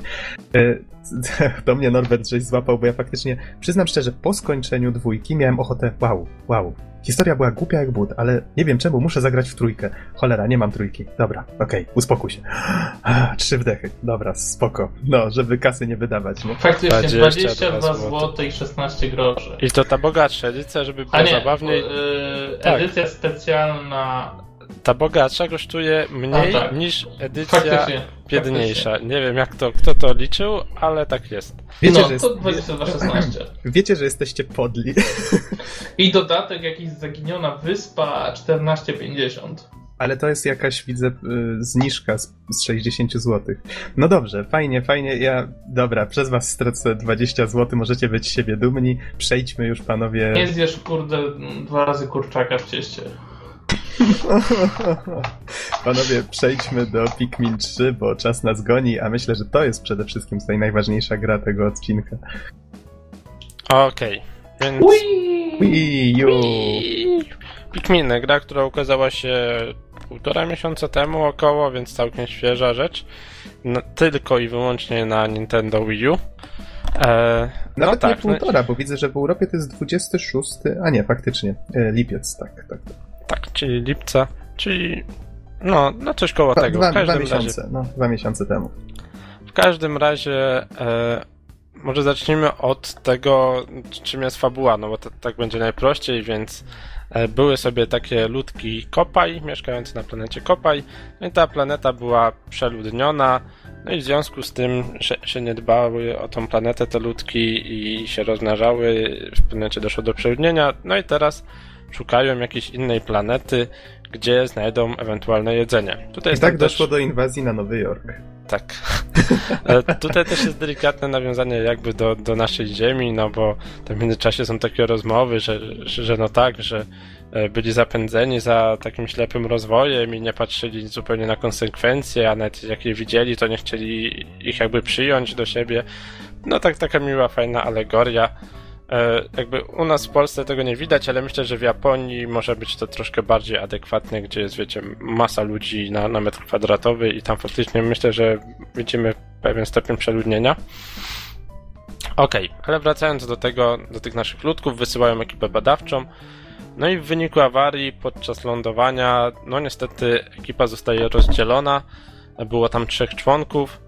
E, To mnie Norbert żeś złapał, bo ja faktycznie, przyznam szczerze, po skończeniu dwójki miałem ochotę, wow, wow. Historia była głupia jak but, ale nie wiem czemu, muszę zagrać w trójkę. Cholera, nie mam trójki. Dobra, okej, okay, uspokój się. Ah, trzy wdechy. Dobra, spoko. No, żeby kasy nie wydawać, nie? Faktycznie dwadzieścia dwa dwadzieścia dwa złote i szesnaście groszy. I to ta bogatsza edycja, żeby było A nie, zabawniej. Yy, Tak. edycja specjalna. Ta bogatsza kosztuje mniej A, tak. niż edycja Faktycznie. biedniejsza. Nie wiem jak to, kto to liczył, ale tak jest. Wiecie, no, że jest... to dwadzieścia dwa szesnaście. Wiecie, że jesteście podli. I dodatek jakiś zaginiona wyspa czternaście pięćdziesiąt. Ale to jest jakaś, widzę, y, zniżka z, z sześćdziesiąt złotych. No dobrze, fajnie, fajnie. Ja, dobra, przez was stracę dwadzieścia złotych, możecie być z siebie dumni. Przejdźmy już, panowie. Nie zjesz, kurde, dwa razy kurczaka w cieście. Panowie, przejdźmy do Pikmin trzy, bo czas nas goni, a myślę, że to jest przede wszystkim tutaj najważniejsza gra tego odcinka. Okej, więc... Ui! Wii U. Pikminy, gra, która ukazała się półtora miesiąca temu około, więc całkiem świeża rzecz. No, tylko i wyłącznie na Nintendo Wii U. E, no Nawet tak, nie półtora, no... bo widzę, że w Europie to jest dwudziesty szósty, a nie, faktycznie, e, lipiec, tak, tak, tak. Tak, czyli lipca, czyli no, no coś koło dwa, tego. Dwa, w każdym dwa miesiące, razie, no, dwa miesiące temu. W każdym razie e, może zacznijmy od tego, czym jest fabuła, no bo to, tak będzie najprościej, więc e, były sobie takie ludki Kopaj, mieszkające na planecie Kopaj, no i ta planeta była przeludniona, no i w związku z tym, że, że nie dbały o tą planetę te ludki i się rozmnażały, w pewnym momencie doszło do przeludnienia, no i teraz szukają jakiejś innej planety, gdzie znajdą ewentualne jedzenie. Tutaj I tak też... doszło do inwazji na Nowy Jork. Tak. Tutaj też jest delikatne nawiązanie jakby do, do naszej ziemi, no bo w międzyczasie są takie rozmowy, że, że, że no tak, że byli zapędzeni za takim ślepym rozwojem i nie patrzyli zupełnie na konsekwencje, a nawet jak je widzieli, to nie chcieli ich jakby przyjąć do siebie. No tak, taka miła, fajna alegoria. Jakby u nas w Polsce tego nie widać, ale myślę, że w Japonii może być to troszkę bardziej adekwatne, gdzie jest, wiecie, masa ludzi na, na metr kwadratowy i tam faktycznie myślę, że widzimy pewien stopień przeludnienia. Okej, okay, ale wracając do tego, do tych naszych ludków, wysyłają ekipę badawczą, no i w wyniku awarii podczas lądowania, no niestety ekipa zostaje rozdzielona, było tam trzech członków,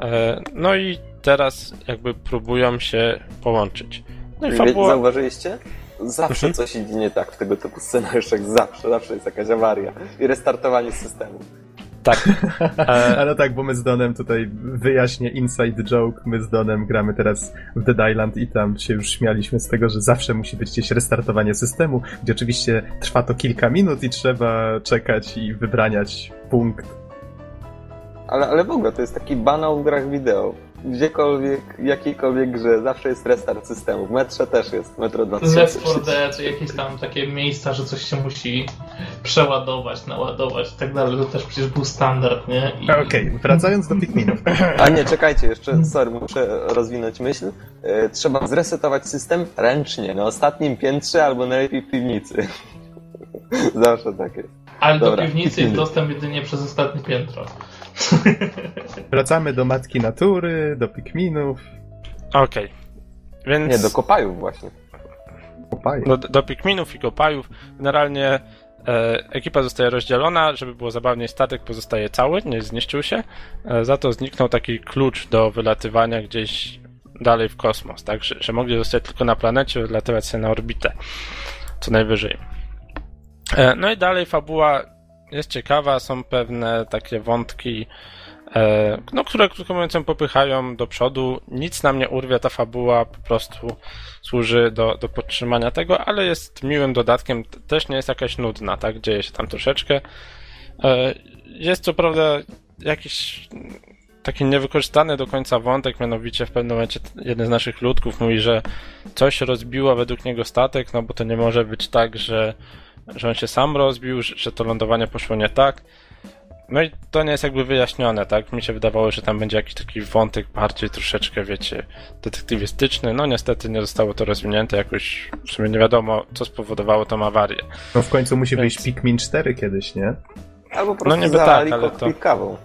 no i teraz jakby próbują się połączyć. No i fabuła... Zauważyliście? Zawsze mhm. coś idzie nie tak w tego typu scenariuszach, zawsze, zawsze jest jakaś awaria i restartowanie systemu. Tak. E... Ale tak, bo my z Donem tutaj wyjaśnię inside joke, my z Donem gramy teraz w Dead Island i tam się już śmialiśmy z tego, że zawsze musi być gdzieś restartowanie systemu, gdzie oczywiście trwa to kilka minut i trzeba czekać i wybraniać punkt. Ale, ale w ogóle to jest taki banał w grach wideo. Gdziekolwiek, jakiejkolwiek grze, zawsze jest restart systemu. W Metrze też jest, Metro dwa tysiące Left four Dead, jakieś tam takie miejsca, że coś się musi przeładować, naładować i tak dalej. To też przecież był standard, nie? I... Okej, okay, wracając do Pikminów. A nie, czekajcie, jeszcze, sorry, muszę rozwinąć myśl. E, trzeba zresetować system ręcznie, na ostatnim piętrze albo najlepiej w piwnicy. Zawsze tak jest. Ale Dobra. do piwnicy jest dostęp jedynie przez ostatnie piętro. Wracamy do Matki Natury, do Pikminów. Okej, okay. Więc... Nie, do Kopajów właśnie. Kopajów. Do, do Pikminów i Kopajów. Generalnie e, ekipa zostaje rozdzielona, żeby było zabawniej, statek pozostaje cały, nie zniszczył się. E, za to zniknął taki klucz do wylatywania gdzieś dalej w kosmos, tak? Że, że mogli zostać tylko na planecie, wylatywać sobie na orbitę. Co najwyżej. E, no i dalej fabuła jest ciekawa, są pewne takie wątki, e, no, które krótko mówiąc popychają do przodu. Nic nam nie urwie, ta fabuła po prostu służy do, do podtrzymania tego, ale jest miłym dodatkiem, też nie jest jakaś nudna, tak? Dzieje się tam troszeczkę. E, jest co prawda jakiś taki niewykorzystany do końca wątek, mianowicie w pewnym momencie jeden z naszych ludków mówi, że coś rozbiło według niego statek, no bo to nie może być tak, że że on się sam rozbił, że to lądowanie poszło nie tak. No i to nie jest jakby wyjaśnione, tak? Mi się wydawało, że tam będzie jakiś taki wątek bardziej troszeczkę, wiecie, detektywistyczny. No niestety nie zostało to rozwinięte jakoś, w sumie nie wiadomo, co spowodowało tą awarię. No w końcu musi Więc... wyjść Pikmin cztery kiedyś, nie? Albo po prostu no niby zalali tak, ale to... kawą.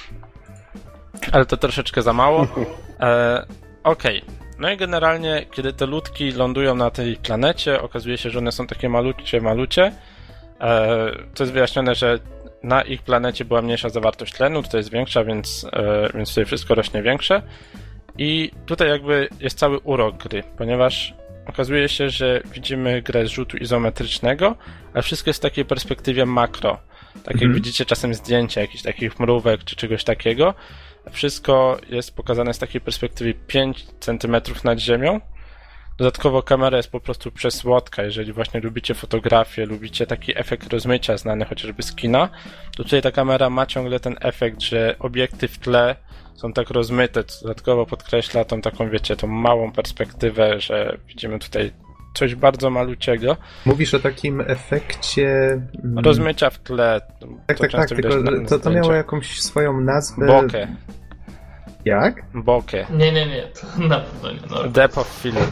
Ale to troszeczkę za mało. E, Okej. Okay. No i generalnie, kiedy te ludki lądują na tej planecie, okazuje się, że one są takie malucie, malucie. E, to jest wyjaśnione, że na ich planecie była mniejsza zawartość tlenu, tutaj jest większa, więc, e, więc tutaj wszystko rośnie większe. I tutaj jakby jest cały urok gry, ponieważ okazuje się, że widzimy grę z rzutu izometrycznego, ale wszystko jest w takiej perspektywie makro. Tak jak mhm. widzicie czasem zdjęcia jakichś takich mrówek czy czegoś takiego. Wszystko jest pokazane z takiej perspektywy pięć centymetrów nad ziemią. Dodatkowo kamera jest po prostu przesłodka. Jeżeli właśnie lubicie fotografię, lubicie taki efekt rozmycia znany chociażby z kina, to tutaj ta kamera ma ciągle ten efekt, że obiekty w tle są tak rozmyte, co dodatkowo podkreśla tą taką, wiecie, tą małą perspektywę, że widzimy tutaj coś bardzo maluciego. Mówisz o takim efekcie... rozmycia w tle. Tak, tak, tak, tylko na, na to, to miało jakąś swoją nazwę... Bokeh. Jak? Bokeh. Nie, nie, nie, to na pewno nie. No. Depth of field.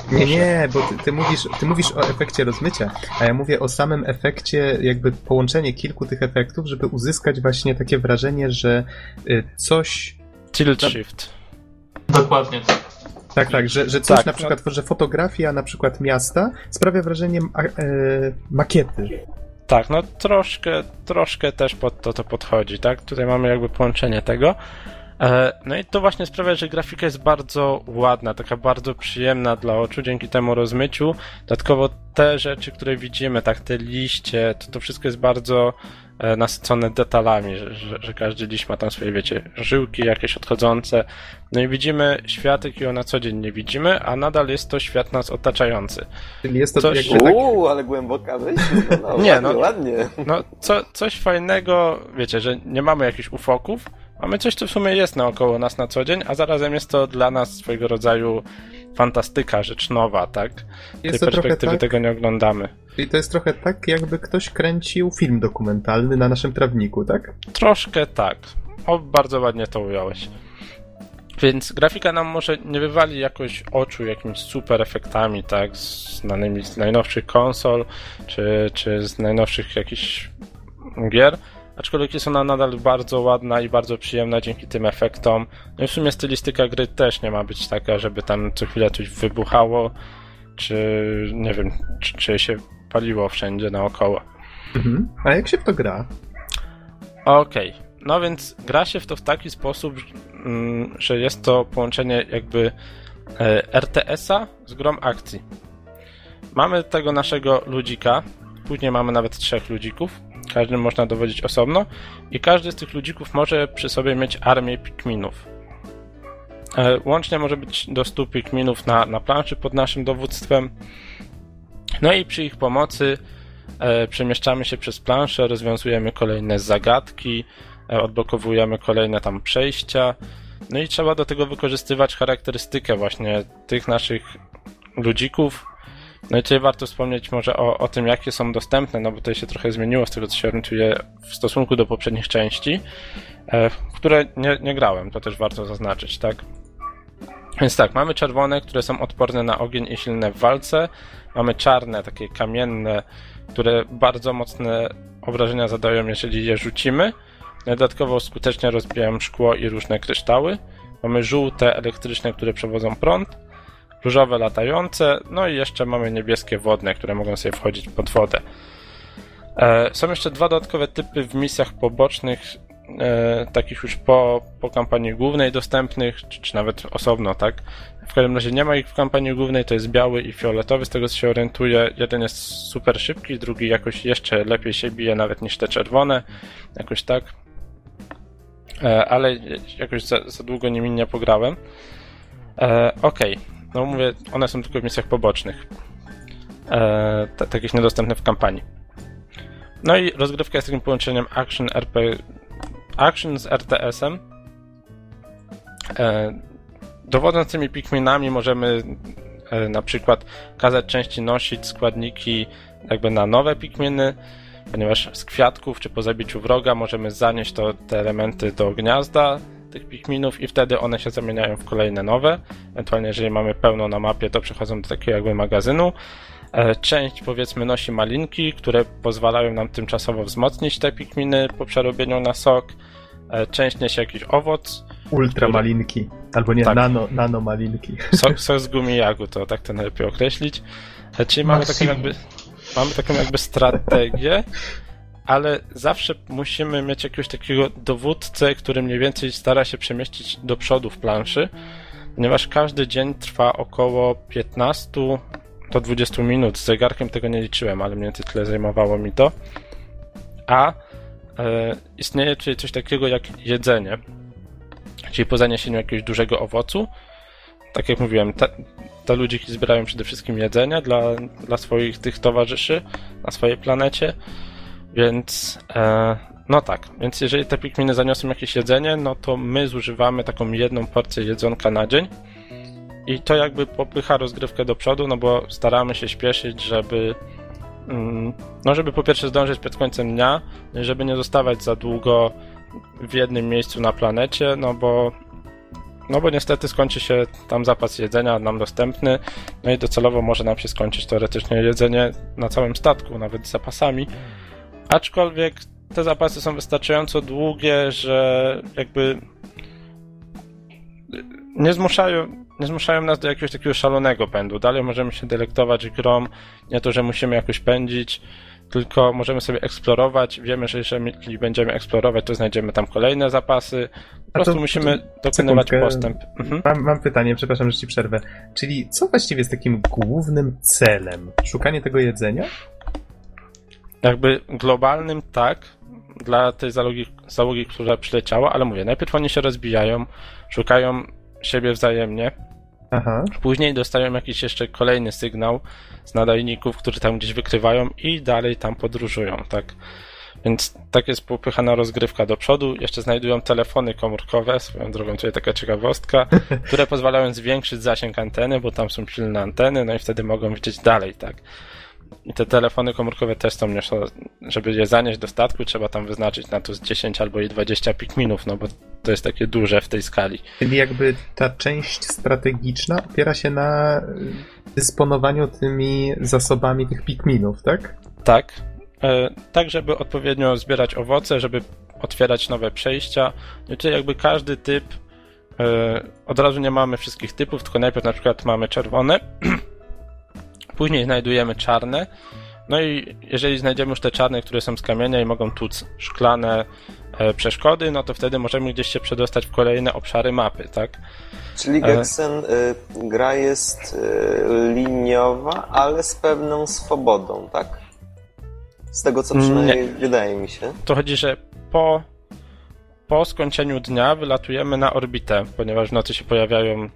Nie, nie, bo ty, ty, mówisz, ty mówisz o efekcie rozmycia, a ja mówię o samym efekcie, jakby połączenie kilku tych efektów, żeby uzyskać właśnie takie wrażenie, że y, coś... Tilt shift. Dokładnie tak. Tak, tak, że, że coś tak, na przykład, no... że fotografia na przykład miasta sprawia wrażenie ma, e, makiety. Tak, no troszkę, troszkę też pod to to podchodzi, tak? Tutaj mamy jakby połączenie tego. No i to właśnie sprawia, że grafika jest bardzo ładna, taka bardzo przyjemna dla oczu dzięki temu rozmyciu. Dodatkowo te rzeczy, które widzimy, tak, te liście, to, to wszystko jest bardzo nasycone detalami, że, że, że każdy liść ma tam swoje, wiecie, żyłki jakieś odchodzące. No i widzimy świat, jakiego na co dzień nie widzimy, a nadal jest to świat nas otaczający. Czyli jest to coś... jakby tak... Uuu, ale głęboka myśl. No, nie, ładnie, no, ładnie. No, co, coś fajnego, wiecie, że nie mamy jakichś ufoków, mamy coś, co w sumie jest naokoło nas na co dzień, a zarazem jest to dla nas swojego rodzaju fantastyka, rzecz nowa, tak? Z tej Jest to perspektywy trochę tak, tego nie oglądamy. Czyli to jest trochę tak, jakby ktoś kręcił film dokumentalny na naszym trawniku, tak? Troszkę tak. O, bardzo ładnie to ująłeś. Więc grafika nam może nie wywali jakoś oczu jakimiś super efektami, tak? Znanymi z najnowszych konsol, czy, czy z najnowszych jakichś gier. Aczkolwiek jest ona nadal bardzo ładna i bardzo przyjemna dzięki tym efektom. No i w sumie stylistyka gry też nie ma być taka, żeby tam co chwilę coś wybuchało, czy nie wiem, czy, czy się paliło wszędzie naokoło. Mhm. A jak się w to gra? Okej, okay. No więc gra się w to w taki sposób, że jest to połączenie jakby R T S-a z grą akcji. Mamy tego naszego ludzika, później mamy nawet trzech ludzików. Każdym można dowodzić osobno i każdy z tych ludzików może przy sobie mieć armię pikminów. Łącznie może być do stu pikminów na, na planszy pod naszym dowództwem. No i przy ich pomocy e, przemieszczamy się przez planszę, rozwiązujemy kolejne zagadki, e, odblokowujemy kolejne tam przejścia. No i trzeba do tego wykorzystywać charakterystykę właśnie tych naszych ludzików. No i tutaj warto wspomnieć może o, o tym, jakie są dostępne, no bo to się trochę zmieniło z tego, co się orientuję w stosunku do poprzednich części, e, w które nie, nie grałem, to też warto zaznaczyć, tak? Więc tak, mamy czerwone, które są odporne na ogień i silne w walce, mamy czarne, takie kamienne, które bardzo mocne obrażenia zadają, jeżeli je rzucimy, dodatkowo skutecznie rozbijają szkło i różne kryształy, mamy żółte, elektryczne, które przewodzą prąd, różowe latające, no i jeszcze mamy niebieskie wodne, które mogą sobie wchodzić pod wodę. E, są jeszcze dwa dodatkowe typy w misjach pobocznych, e, takich już po, po kampanii głównej dostępnych, czy, czy nawet osobno, tak? W każdym razie nie ma ich w kampanii głównej, to jest biały i fioletowy, z tego co się orientuję. Jeden jest super szybki, drugi jakoś jeszcze lepiej się bije nawet niż te czerwone, jakoś tak. E, ale jakoś za, za długo nimi nie pograłem. E, Okej. Okay. No mówię, one są tylko w misjach pobocznych. Eee, t- takich niedostępnych w kampanii. No i rozgrywka jest takim połączeniem action, R P... action z R T S-em. Eee, dowodząc tymi pikminami możemy e, na przykład kazać części nosić składniki jakby na nowe pikminy, ponieważ z kwiatków czy po zabiciu wroga możemy zanieść to, te elementy do gniazda tych pikminów i wtedy one się zamieniają w kolejne nowe. Ewentualnie jeżeli mamy pełno na mapie, to przechodzą do takiego jakby magazynu. Część powiedzmy nosi malinki, które pozwalają nam tymczasowo wzmocnić te pikminy po przerobieniu na sok. Część niesie jakiś owoc. Ultra malinki. Albo nie, tak. nano, nano malinki. Sok, sok z gumijagu, to tak to najlepiej określić. Czyli mamy taką jakby, mamy taką jakby strategię, ale zawsze musimy mieć jakiegoś takiego dowódcę, który mniej więcej stara się przemieścić do przodu w planszy, ponieważ każdy dzień trwa około piętnaście do dwudziestu minut. Z zegarkiem tego nie liczyłem, ale mniej więcej tyle zajmowało mi to. A e, istnieje tutaj coś takiego jak jedzenie, czyli po zaniesieniu jakiegoś dużego owocu, tak jak mówiłem, te, te ludziki zbierają przede wszystkim jedzenie dla, dla swoich tych towarzyszy na swojej planecie. Więc, e, no tak, więc jeżeli te pikminy zaniosą jakieś jedzenie, no to my zużywamy taką jedną porcję jedzonka na dzień i to jakby popycha rozgrywkę do przodu, no bo staramy się śpieszyć, żeby, mm, no żeby po pierwsze zdążyć przed końcem dnia, żeby nie zostawać za długo w jednym miejscu na planecie, no bo no bo niestety skończy się tam zapas jedzenia nam dostępny, no i docelowo może nam się skończyć teoretycznie jedzenie na całym statku, nawet z zapasami. Aczkolwiek te zapasy są wystarczająco długie, że jakby nie zmuszają, nie zmuszają nas do jakiegoś takiego szalonego pędu. Dalej możemy się delektować grą, nie to, że musimy jakoś pędzić, tylko możemy sobie eksplorować. Wiemy, że jeżeli będziemy eksplorować, to znajdziemy tam kolejne zapasy. Po prostu to, musimy to, dokonywać sekundkę. postęp. Mhm. Mam, mam pytanie, przepraszam, że ci przerwę. Czyli co właściwie jest takim głównym celem? Szukanie tego jedzenia? Jakby globalnym tak, dla tej załogi, załogi, która przyleciała, ale mówię, najpierw oni się rozbijają, szukają siebie wzajemnie, Aha. Później dostają jakiś jeszcze kolejny sygnał z nadajników, którzy tam gdzieś wykrywają i dalej tam podróżują, tak. Więc tak jest popychana rozgrywka do przodu. Jeszcze znajdują telefony komórkowe, swoją drogą tutaj taka ciekawostka, które pozwalają zwiększyć zasięg anteny, bo tam są silne anteny, no i wtedy mogą widzieć dalej, tak. I te telefony komórkowe też są, żeby je zanieść do statku, trzeba tam wyznaczyć na to z dziesięć albo i dwadzieścia pikminów, no bo to jest takie duże w tej skali. Czyli jakby ta część strategiczna opiera się na dysponowaniu tymi zasobami tych pikminów, tak? Tak. E, tak, żeby odpowiednio zbierać owoce, żeby otwierać nowe przejścia. I tutaj jakby każdy typ, e, od razu nie mamy wszystkich typów, tylko najpierw na przykład mamy czerwone, później znajdujemy czarne, no i jeżeli znajdziemy już te czarne, które są z kamienia i mogą tłuc szklane e, przeszkody, no to wtedy możemy gdzieś się przedostać w kolejne obszary mapy, tak? Czyli Gexen, e... y, gra jest y, liniowa, ale z pewną swobodą, tak? Z tego co przynajmniej Nie. wydaje mi się. To chodzi, że po, po skończeniu dnia wylatujemy na orbitę, ponieważ w nocy się pojawiają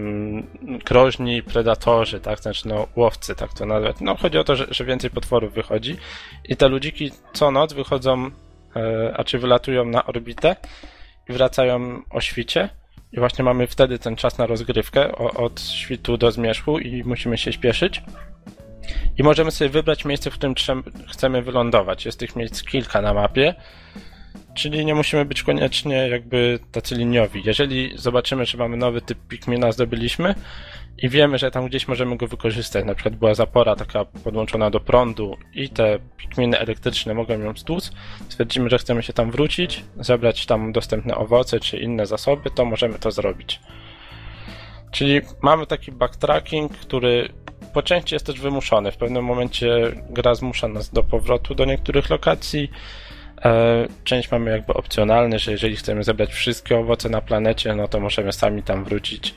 groźni predatorzy, tak, znaczy no łowcy, tak to nazwać. No chodzi o to, że, że więcej potworów wychodzi i te ludziki co noc wychodzą, e, a czy wylatują na orbitę i wracają o świcie i właśnie mamy wtedy ten czas na rozgrywkę o, od świtu do zmierzchu i musimy się śpieszyć i możemy sobie wybrać miejsce, w którym chcemy wylądować. Jest tych miejsc kilka na mapie, czyli nie musimy być koniecznie jakby tacy liniowi. Jeżeli zobaczymy, że mamy nowy typ pikmina, zdobyliśmy i wiemy, że tam gdzieś możemy go wykorzystać, na przykład była zapora taka podłączona do prądu i te pikminy elektryczne mogą ją stłuc, stwierdzimy, że chcemy się tam wrócić, zebrać tam dostępne owoce czy inne zasoby, to możemy to zrobić. Czyli mamy taki backtracking, który po części jest też wymuszony. W pewnym momencie gra zmusza nas do powrotu do niektórych lokacji. Część mamy jakby opcjonalny, że jeżeli chcemy zebrać wszystkie owoce na planecie, no to możemy sami tam wrócić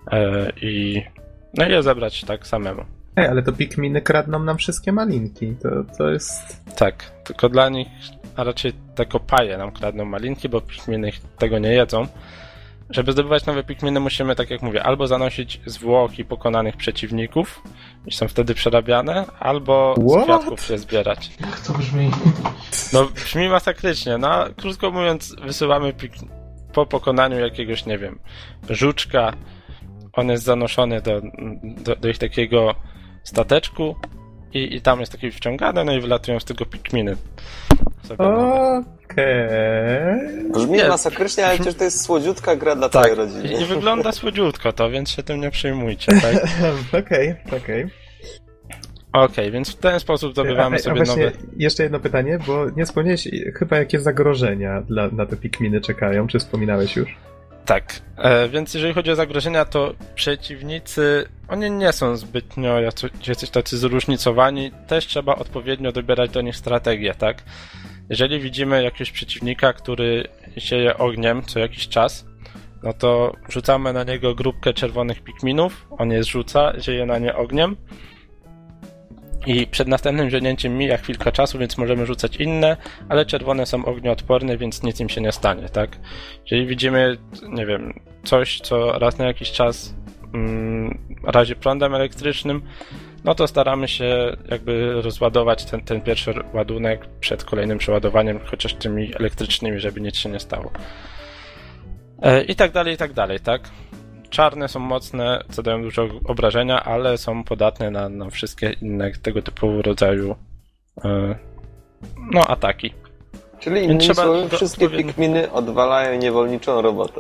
i no i je zebrać tak samemu. Ej, ale to pikminy kradną nam wszystkie malinki, to, to jest... Tak, tylko dla nich, a raczej te kopaje nam kradną malinki, bo pikminy tego nie jedzą. Żeby zdobywać nowe pikminy musimy, tak jak mówię, albo zanosić zwłoki pokonanych przeciwników i są wtedy przerabiane, albo What? z kwiatków się zbierać. Jak to brzmi? No brzmi masakrycznie, no krótko mówiąc wysyłamy pik- po pokonaniu jakiegoś, nie wiem, żuczka, on jest zanoszony do, do, do ich takiego stateczku i, i tam jest taki wciągany, no i wylatują z tego pikminy. Okej. Okay. Brzmi nie. masakrycznie, ale przecież to jest słodziutka gra dla tak. całej rodziny. I, I wygląda słodziutko to, więc się tym nie przejmujcie, tak? Okej, okej. Okej, więc w ten sposób zdobywamy a, sobie a właśnie nowe... Jeszcze jedno pytanie, bo nie wspomniałeś chyba jakie zagrożenia dla, na te pikminy czekają, czy wspominałeś już? Tak, e, więc jeżeli chodzi o zagrożenia, to przeciwnicy, oni nie są zbytnio jacyś tacy zróżnicowani, też trzeba odpowiednio dobierać do nich strategię, tak? Jeżeli widzimy jakiegoś przeciwnika, który sieje ogniem co jakiś czas, no to rzucamy na niego grupkę czerwonych pikminów, on je zrzuca, zieje na nie ogniem i przed następnym zielnięciem mija chwilka czasu, więc możemy rzucać inne, ale czerwone są ognioodporne, więc nic im się nie stanie, tak? Jeżeli widzimy, nie wiem, coś, co raz na jakiś czas mm, razi prądem elektrycznym, no to staramy się jakby rozładować ten, ten pierwszy ładunek przed kolejnym przeładowaniem, chociaż tymi elektrycznymi, żeby nic się nie stało. E, I tak dalej, i tak dalej, tak? Czarne są mocne, zadają dużo obrażenia, ale są podatne na, na wszystkie inne tego typu rodzaju e, no ataki. Czyli innymi słowy, wszystkie odpowiednio... pikminy odwalają niewolniczą robotę.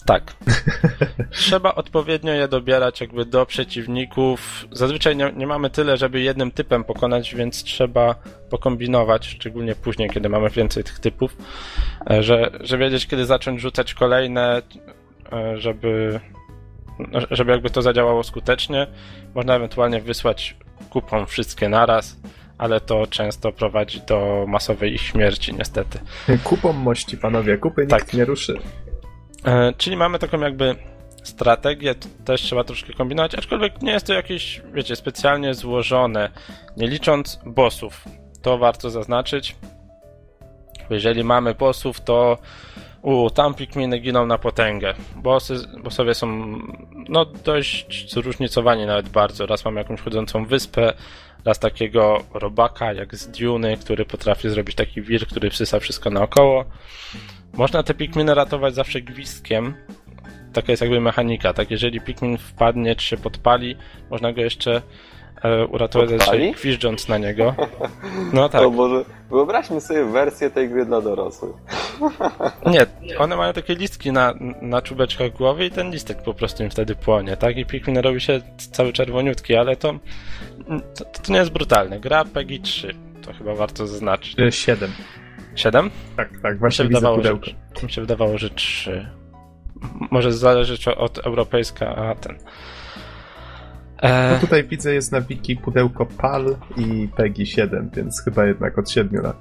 Tak. Trzeba odpowiednio je dobierać jakby do przeciwników. Zazwyczaj nie, nie mamy tyle, żeby jednym typem pokonać, więc trzeba pokombinować, szczególnie później, kiedy mamy więcej tych typów, że, że wiedzieć, kiedy zacząć rzucać kolejne, żeby, żeby jakby to zadziałało skutecznie. Można ewentualnie wysłać kupą wszystkie naraz, ale to często prowadzi do masowej ich śmierci, niestety. Kupą mości, panowie, kupy nikt Tak. nie ruszy. E, czyli mamy taką jakby strategię, to też trzeba troszkę kombinować, aczkolwiek nie jest to jakieś, wiecie, specjalnie złożone, nie licząc bossów. To warto zaznaczyć. Jeżeli mamy bossów, to u, tam pikminy giną na potęgę. Bossy, bossowie są no dość zróżnicowani nawet bardzo. Raz mamy jakąś chodzącą wyspę, raz takiego robaka jak z Duny, który potrafi zrobić taki wir, który wsysa wszystko naokoło. Można te pikminy ratować zawsze gwizdkiem. Taka jest jakby mechanika, tak? Jeżeli pikmin wpadnie czy się podpali, można go jeszcze e, uratować zazwyczaj gwizdząc na niego. No tak. O Boże, wyobraźmy sobie wersję tej gry dla dorosłych. Nie, one mają takie listki na, na czubeczkach głowy i ten listek po prostu im wtedy płonie, tak? I pikmin robi się cały czerwoniutki, ale to, to, to nie jest brutalne. Gra PEGI trzy, to chyba warto zaznaczyć. siedem. siedem? Tak, tak, Mi właśnie się, widzę wydawało, pudełko. że, mi się wydawało, że trzy. Może zależy od europejska, a ten... E... No tutaj widzę, jest na wiki pudełko PAL i PEGI siedem, więc chyba jednak od siedmiu lat.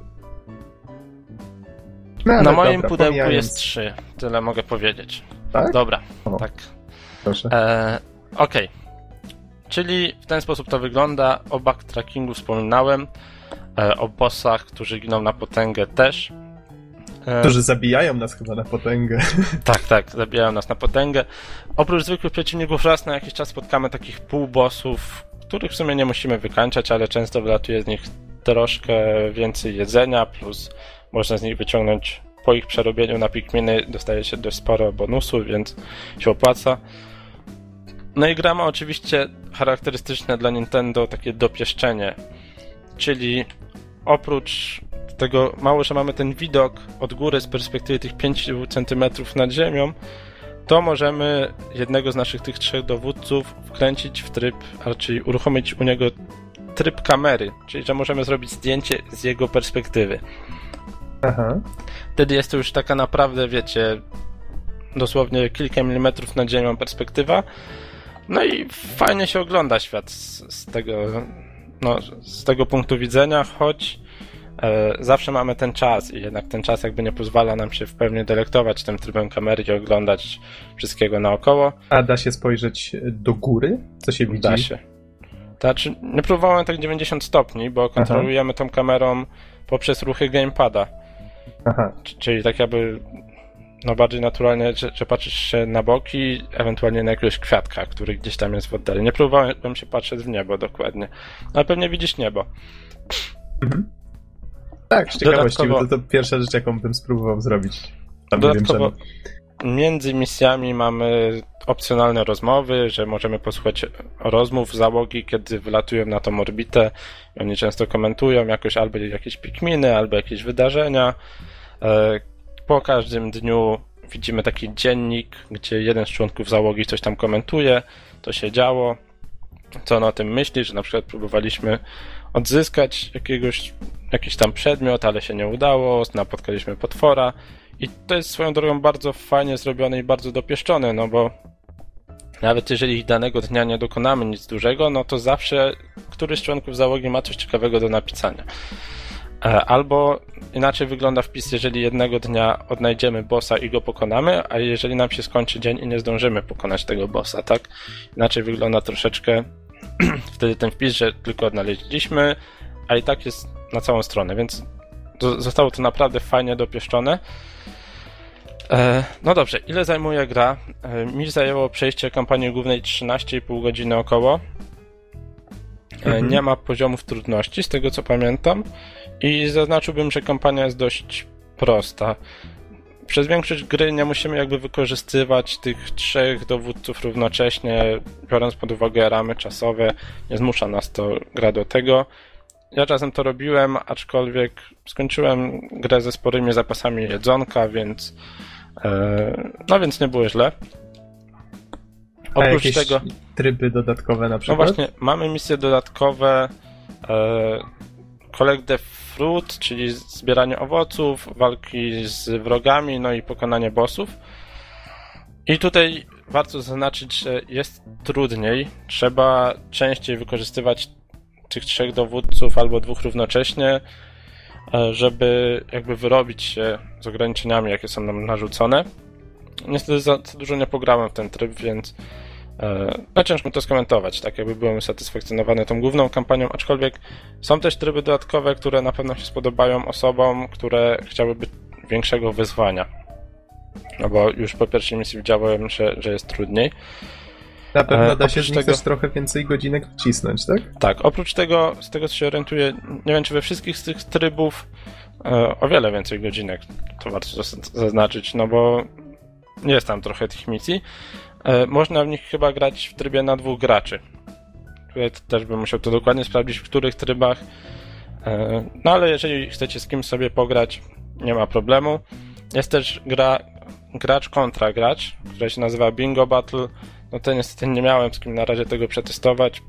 No, na moim dobra, pudełku pomijając... jest trzy, tyle mogę powiedzieć. Tak? Dobra, O, tak. Proszę. E... Okej. Okay. Czyli w ten sposób to wygląda. O backtrackingu wspominałem, e, o bossach, którzy giną na potęgę też. E... Którzy zabijają nas chyba na potęgę. Tak, tak, zabijają nas na potęgę. Oprócz zwykłych przeciwników raz na jakiś czas spotkamy takich półbossów, których w sumie nie musimy wykańczać, ale często wylatuje z nich troszkę więcej jedzenia, plus można z nich wyciągnąć po ich przerobieniu na pikminy, dostaje się dość sporo bonusów, więc się opłaca. No i gra ma oczywiście charakterystyczne dla Nintendo takie dopieszczenie, czyli oprócz tego mało, że mamy ten widok od góry z perspektywy tych pięciu centymetrów nad ziemią, to możemy jednego z naszych tych trzech dowódców wkręcić w tryb, a raczej uruchomić u niego tryb kamery, czyli że możemy zrobić zdjęcie z jego perspektywy. Aha. Wtedy jest to już taka naprawdę, wiecie, dosłownie kilka milimetrów nad ziemią perspektywa. No i fajnie się ogląda świat z, z tego, no, z tego punktu widzenia, choć e, zawsze mamy ten czas i jednak ten czas jakby nie pozwala nam się w pełni delektować tym trybem kamery i oglądać wszystkiego naokoło. A da się spojrzeć do góry? Co się widzi? Da się. Znaczy, nie próbowałem tak dziewięćdziesiąt stopni, bo kontrolujemy tą kamerą poprzez ruchy gamepada. Aha. Czyli tak jakby no bardziej naturalnie, że, że patrzysz się na boki, ewentualnie na jakiegoś kwiatka, który gdzieś tam jest w oddali. Nie próbowałem się patrzeć w niebo dokładnie, ale pewnie widzisz niebo. Mhm. Tak, z ciekawości, Dodatkowo- bo to, to pierwsza rzecz, jaką bym spróbował zrobić. Tam nie wiem Dodatkowo czemu. między misjami mamy opcjonalne rozmowy, że możemy posłuchać rozmów załogi, kiedy wylatują na tą orbitę. I oni często komentują jakoś albo jakieś pikminy, albo jakieś wydarzenia. E, Po każdym dniu widzimy taki dziennik, gdzie jeden z członków załogi coś tam komentuje, co się działo, co on o tym myśli, że na przykład próbowaliśmy odzyskać jakiegoś, jakiś tam przedmiot, ale się nie udało, napotkaliśmy potwora i to jest swoją drogą bardzo fajnie zrobione i bardzo dopieszczone, no bo nawet jeżeli danego dnia nie dokonamy nic dużego, no to zawsze któryś z członków załogi ma coś ciekawego do napisania. Albo inaczej wygląda wpis, jeżeli jednego dnia odnajdziemy bossa i go pokonamy, a jeżeli nam się skończy dzień i nie zdążymy pokonać tego bossa, tak? Inaczej wygląda troszeczkę wtedy ten wpis, że tylko odnaleźliśmy, a i tak jest na całą stronę, więc to, zostało to naprawdę fajnie dopieszczone. E, no dobrze, ile zajmuje gra? E, mi zajęło przejście kampanii głównej trzynaście i pół godziny około. Mhm. Nie ma poziomów trudności, z tego co pamiętam. I zaznaczyłbym, że kampania jest dość prosta. Przez większość gry nie musimy jakby wykorzystywać tych trzech dowódców równocześnie, biorąc pod uwagę ramy czasowe. Nie zmusza nas to gra do tego. Ja czasem to robiłem, aczkolwiek skończyłem grę ze sporymi zapasami jedzonka, więc No więc nie było źle. A Oprócz jakieś tego... tryby dodatkowe na No przykład? właśnie, mamy misje dodatkowe Collect the Fruit, czyli zbieranie owoców, walki z wrogami, no i pokonanie bossów. I tutaj warto zaznaczyć, że jest trudniej. Trzeba częściej wykorzystywać tych trzech dowódców albo dwóch równocześnie, żeby jakby wyrobić się z ograniczeniami, jakie są nam narzucone. Niestety za, za dużo nie pograłem w ten tryb, więc no ciężko to skomentować, tak jakby byłem usatysfakcjonowany tą główną kampanią, aczkolwiek są też tryby dodatkowe, które na pewno się spodobają osobom, które chciałyby większego wyzwania. No bo już po pierwszej misji widziałem, że, że jest trudniej. Na pewno da się oprócz z nich tego... też trochę więcej godzinek wcisnąć, tak? Tak, oprócz tego, z tego co się orientuję, nie wiem czy we wszystkich z tych trybów e, o wiele więcej godzinek, to warto zaznaczyć, no bo jest tam trochę tych misji. E, można w nich chyba grać w trybie na dwóch graczy. Tutaj też bym musiał to dokładnie sprawdzić, w których trybach. E, no ale jeżeli chcecie z kimś sobie pograć, nie ma problemu. Jest też gra gracz kontra gracz, która się nazywa Bingo Battle. No to niestety nie miałem z kim na razie tego przetestować.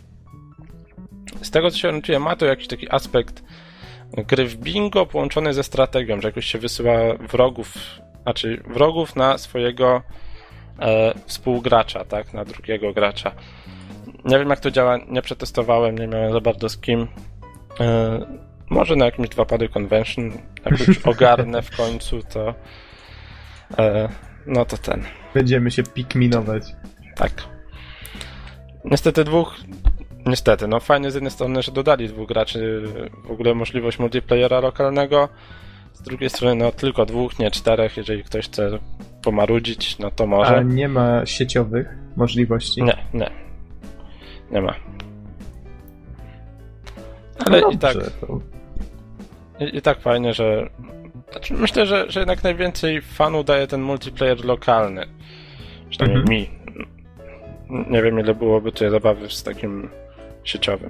Z tego co się orientuję, ma to jakiś taki aspekt gry w bingo połączony ze strategią, że jakoś się wysyła wrogów, znaczy wrogów na swojego e, współgracza, tak, na drugiego gracza. Nie wiem jak to działa, nie przetestowałem, nie miałem za bardzo z kim. E, może na jakimś dwa pady convention, jak już ogarnę w końcu, to e, no to ten. Będziemy się pikminować. Tak. Niestety dwóch... Niestety, no fajnie z jednej strony, że dodali dwóch graczy w ogóle możliwość multiplayera lokalnego. Z drugiej strony, no tylko dwóch, nie czterech. Jeżeli ktoś chce pomarudzić, no to może. A nie ma sieciowych możliwości? Nie, nie. Nie ma. Ale no i tak... to... I, I tak fajnie, że... Znaczy, myślę, że, że jednak najwięcej fanu daje ten multiplayer lokalny. Przynajmniej mhm. mi. Nie wiem, ile byłoby tutaj zabawy z takim sieciowym.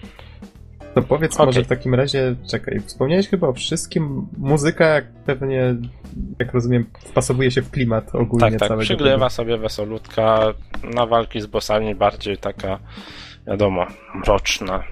To powiedz okay. może w takim razie, czekaj, wspomniałeś chyba o wszystkim. Muzyka, jak pewnie, jak rozumiem, wpasowuje się w klimat ogólnie tak, tak, całego. przygrywa tego. sobie wesolutka, na walki z bossami bardziej taka, wiadomo, mroczna,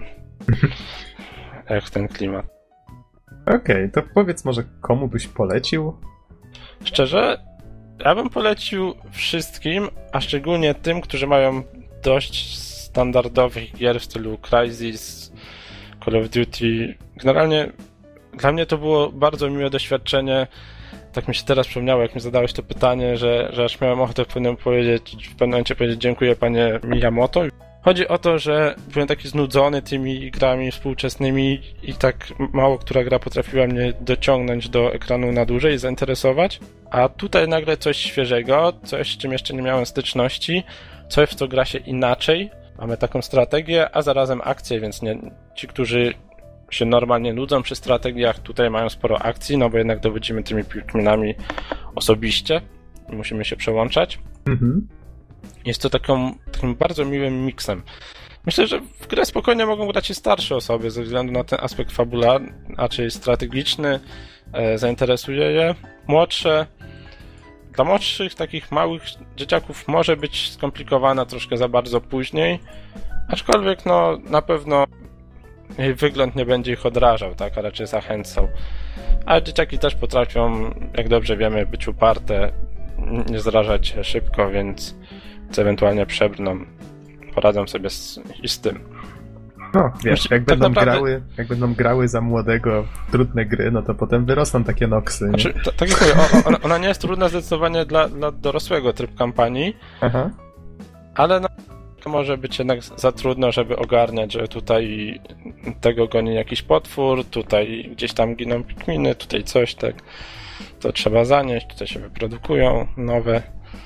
jak ten klimat. Okej, okay, to powiedz może, komu byś polecił? Szczerze, ja bym polecił wszystkim, a szczególnie tym, którzy mają dość standardowych gier w stylu Crysis, Call of Duty. Generalnie dla mnie to było bardzo miłe doświadczenie. Tak mi się teraz przypomniało, jak mi zadałeś to pytanie, że, że aż miałem ochotę w pewnym, powiedzieć, w pewnym momencie powiedzieć dziękuję panie Miyamoto. Chodzi o to, że byłem taki znudzony tymi grami współczesnymi i tak mało która gra potrafiła mnie dociągnąć do ekranu na dłużej i zainteresować. A tutaj nagle coś świeżego, coś z czym jeszcze nie miałem styczności, coś w co gra się inaczej. Mamy taką strategię, a zarazem akcję, więc nie, ci, którzy się normalnie nudzą przy strategiach, tutaj mają sporo akcji, no bo jednak dowodzimy tymi Pikminami osobiście i musimy się przełączać. Mhm. Jest to taką, takim bardzo miłym miksem. Myślę, że w grę spokojnie mogą grać i starsze osoby, ze względu na ten aspekt fabularny, a czyli strategiczny, e, zainteresuje je. Młodsze, dla młodszych, takich małych dzieciaków może być skomplikowana troszkę za bardzo później, aczkolwiek no na pewno jej wygląd nie będzie ich odrażał, tak, a raczej zachęcał. A dzieciaki też potrafią, jak dobrze wiemy, być uparte, nie zrażać się szybko, więc co ewentualnie przebrną, poradzą sobie z, i z tym. No, wiesz, jak, tak będą naprawdę... grały, jak będą grały za młodego trudne gry, no to potem wyrosną takie noksy. Znaczy, t- tak jak mówię, o, ona, ona nie jest trudna zdecydowanie dla, dla dorosłego tryb kampanii, Aha. ale no, to może być jednak za trudno, żeby ogarniać, że tutaj tego goni jakiś potwór, tutaj gdzieś tam giną pikminy, tutaj coś, tak. To trzeba zanieść, tutaj się wyprodukują nowe.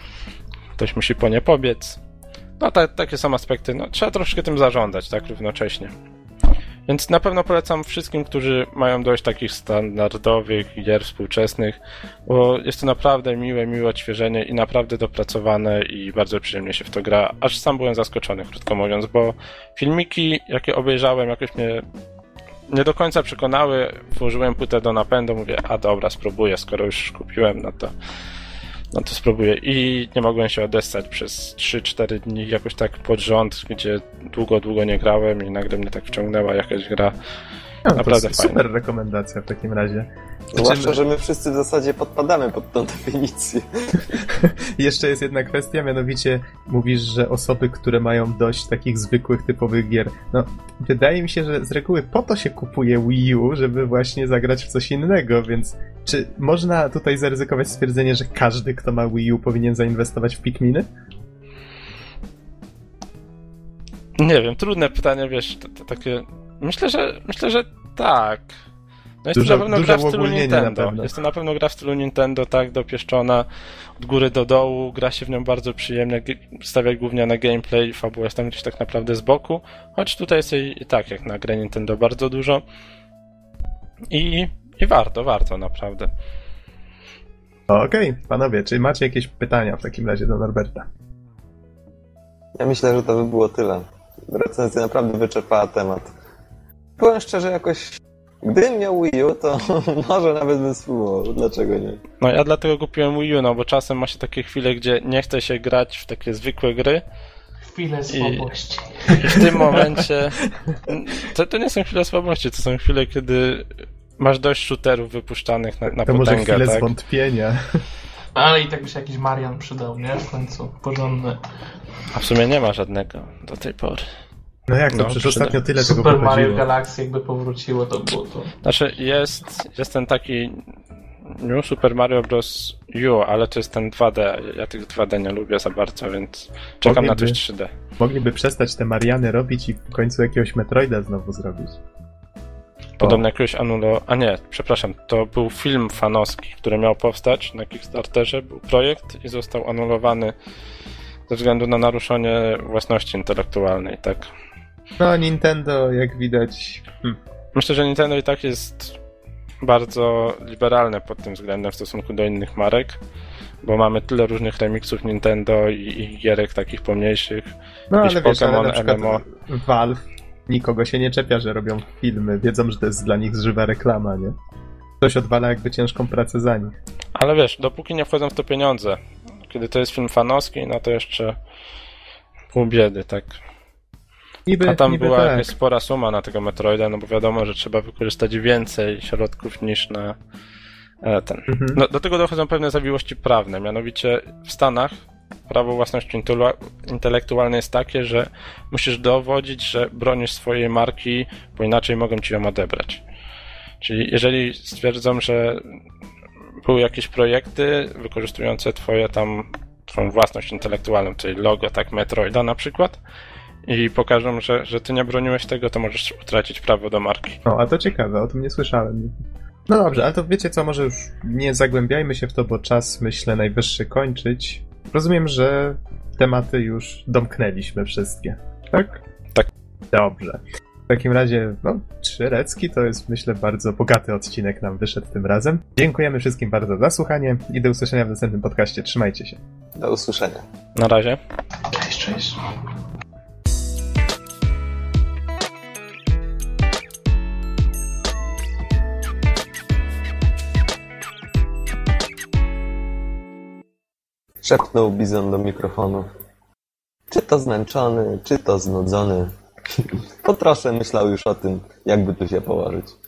Ktoś musi po nie pobiec. No ta, takie są aspekty, no trzeba troszkę tym zarządzać, tak, równocześnie. Więc na pewno polecam wszystkim, którzy mają dość takich standardowych gier współczesnych, bo jest to naprawdę miłe, miłe odświeżenie i naprawdę dopracowane i bardzo przyjemnie się w to gra. Aż sam byłem zaskoczony, krótko mówiąc, bo filmiki, jakie obejrzałem, jakoś mnie nie do końca przekonały. Włożyłem płytę do napędu, mówię, a dobra, spróbuję, skoro już kupiłem, no to No to spróbuję. I nie mogłem się odessać przez trzy cztery dni jakoś tak pod rząd, gdzie długo, długo nie grałem i nagle mnie tak wciągnęła jakaś gra. No, Naprawdę to fajnie. super rekomendacja w takim razie. Zwłaszcza, że my wszyscy w zasadzie podpadamy pod tą definicję. Jeszcze jest jedna kwestia, mianowicie mówisz, że osoby, które mają dość takich zwykłych, typowych gier, no wydaje mi się, że z reguły po to się kupuje Wii U, żeby właśnie zagrać w coś innego, więc czy można tutaj zaryzykować stwierdzenie, że każdy, kto ma Wii U, powinien zainwestować w Pikminy? Nie wiem, trudne pytanie, wiesz, to, to takie... Myślę, że myślę, że tak. No jest Dużo- to na pewno dużo gra w stylu uogólnienia na Nintendo. pewno. Jest to na pewno gra w stylu Nintendo, tak, dopieszczona od góry do dołu, gra się w nią bardzo przyjemnie, g- stawia głównie na gameplay, fabuła jest tam gdzieś tak naprawdę z boku, choć tutaj jest jej i tak jak na grę Nintendo bardzo dużo. I, i warto, warto naprawdę. Okej, panowie, czy macie jakieś pytania w takim razie do Norberta? Ja myślę, że to by było tyle. Recenzja naprawdę wyczerpała temat. Powiem szczerze, jakoś... Gdybym miał Wii U, to może nawet bym spróbował. Dlaczego nie? No ja dlatego kupiłem Wii U, no bo czasem ma się takie chwile, gdzie nie chce się grać w takie zwykłe gry. Chwilę słabości. I w tym momencie to, to nie są chwile słabości, to są chwile, kiedy masz dość shooterów wypuszczanych na, na To może potęgę, chwilę tak? zwątpienia. Ale i tak by się jakiś Marian przydał, nie? W końcu. Porządny. A w sumie nie ma żadnego do tej pory. No jak to? No, Przecież przyda. ostatnio tyle tego Super Mario wychodziło. Galaxy jakby powróciło, to było to. Znaczy jest, jest ten taki New Super Mario Bros. U, ale to jest ten dwa D. Ja tych dwa D nie lubię za bardzo, więc czekam na Mogliby- coś trzy D. Mogliby przestać te Mariany robić i w końcu jakiegoś Metroida znowu zrobić. Podobno jakiegoś anulo... A nie, przepraszam, to był film fanowski, który miał powstać na Kickstarterze, był projekt i został anulowany ze względu na naruszenie własności intelektualnej, tak? No, Nintendo, jak widać... Hmm. Myślę, że Nintendo i tak jest bardzo liberalne pod tym względem w stosunku do innych marek, bo mamy tyle różnych remixów Nintendo i, i gierek takich pomniejszych. No Jakiś ale wiesz, ale Pokémon, na przykład M M O. Valve nikogo się nie czepia, że robią filmy. Wiedzą, że to jest dla nich żywa reklama, nie? Ktoś odwala jakby ciężką pracę za nich. Ale wiesz, dopóki nie wchodzą w to pieniądze, kiedy to jest film fanowski, no to jeszcze pół biedy, tak? Niby, A tam niby była tak. jakaś spora suma na tego Metroida, no bo wiadomo, że trzeba wykorzystać więcej środków niż na e, ten. Mhm. No, do tego dochodzą pewne zawiłości prawne, mianowicie w Stanach prawo własności intelu- intelektualnej jest takie, że musisz dowodzić, że bronisz swojej marki, bo inaczej mogą ci ją odebrać. Czyli jeżeli stwierdzą, że były jakieś projekty wykorzystujące twoje tam, twoją własność intelektualną, czyli logo, tak, Metroida na przykład, i pokażą, że, że ty nie broniłeś tego, to możesz utracić prawo do marki. O, a to ciekawe, o tym nie słyszałem. No dobrze, ale to wiecie co, może już nie zagłębiajmy się w to, bo czas, myślę, najwyższy kończyć. Rozumiem, że tematy już domknęliśmy wszystkie, tak? Tak. Dobrze. W takim razie, no, trzy recki to jest, myślę, bardzo bogaty odcinek nam wyszedł tym razem. Dziękujemy wszystkim bardzo za słuchanie i do usłyszenia w następnym podcaście. Trzymajcie się. Do usłyszenia. Na razie. Cześć, cześć. Szepnął Bizon do mikrofonu. Czy to zmęczony, czy to znudzony. Po trosze myślał już o tym, jakby tu się położyć.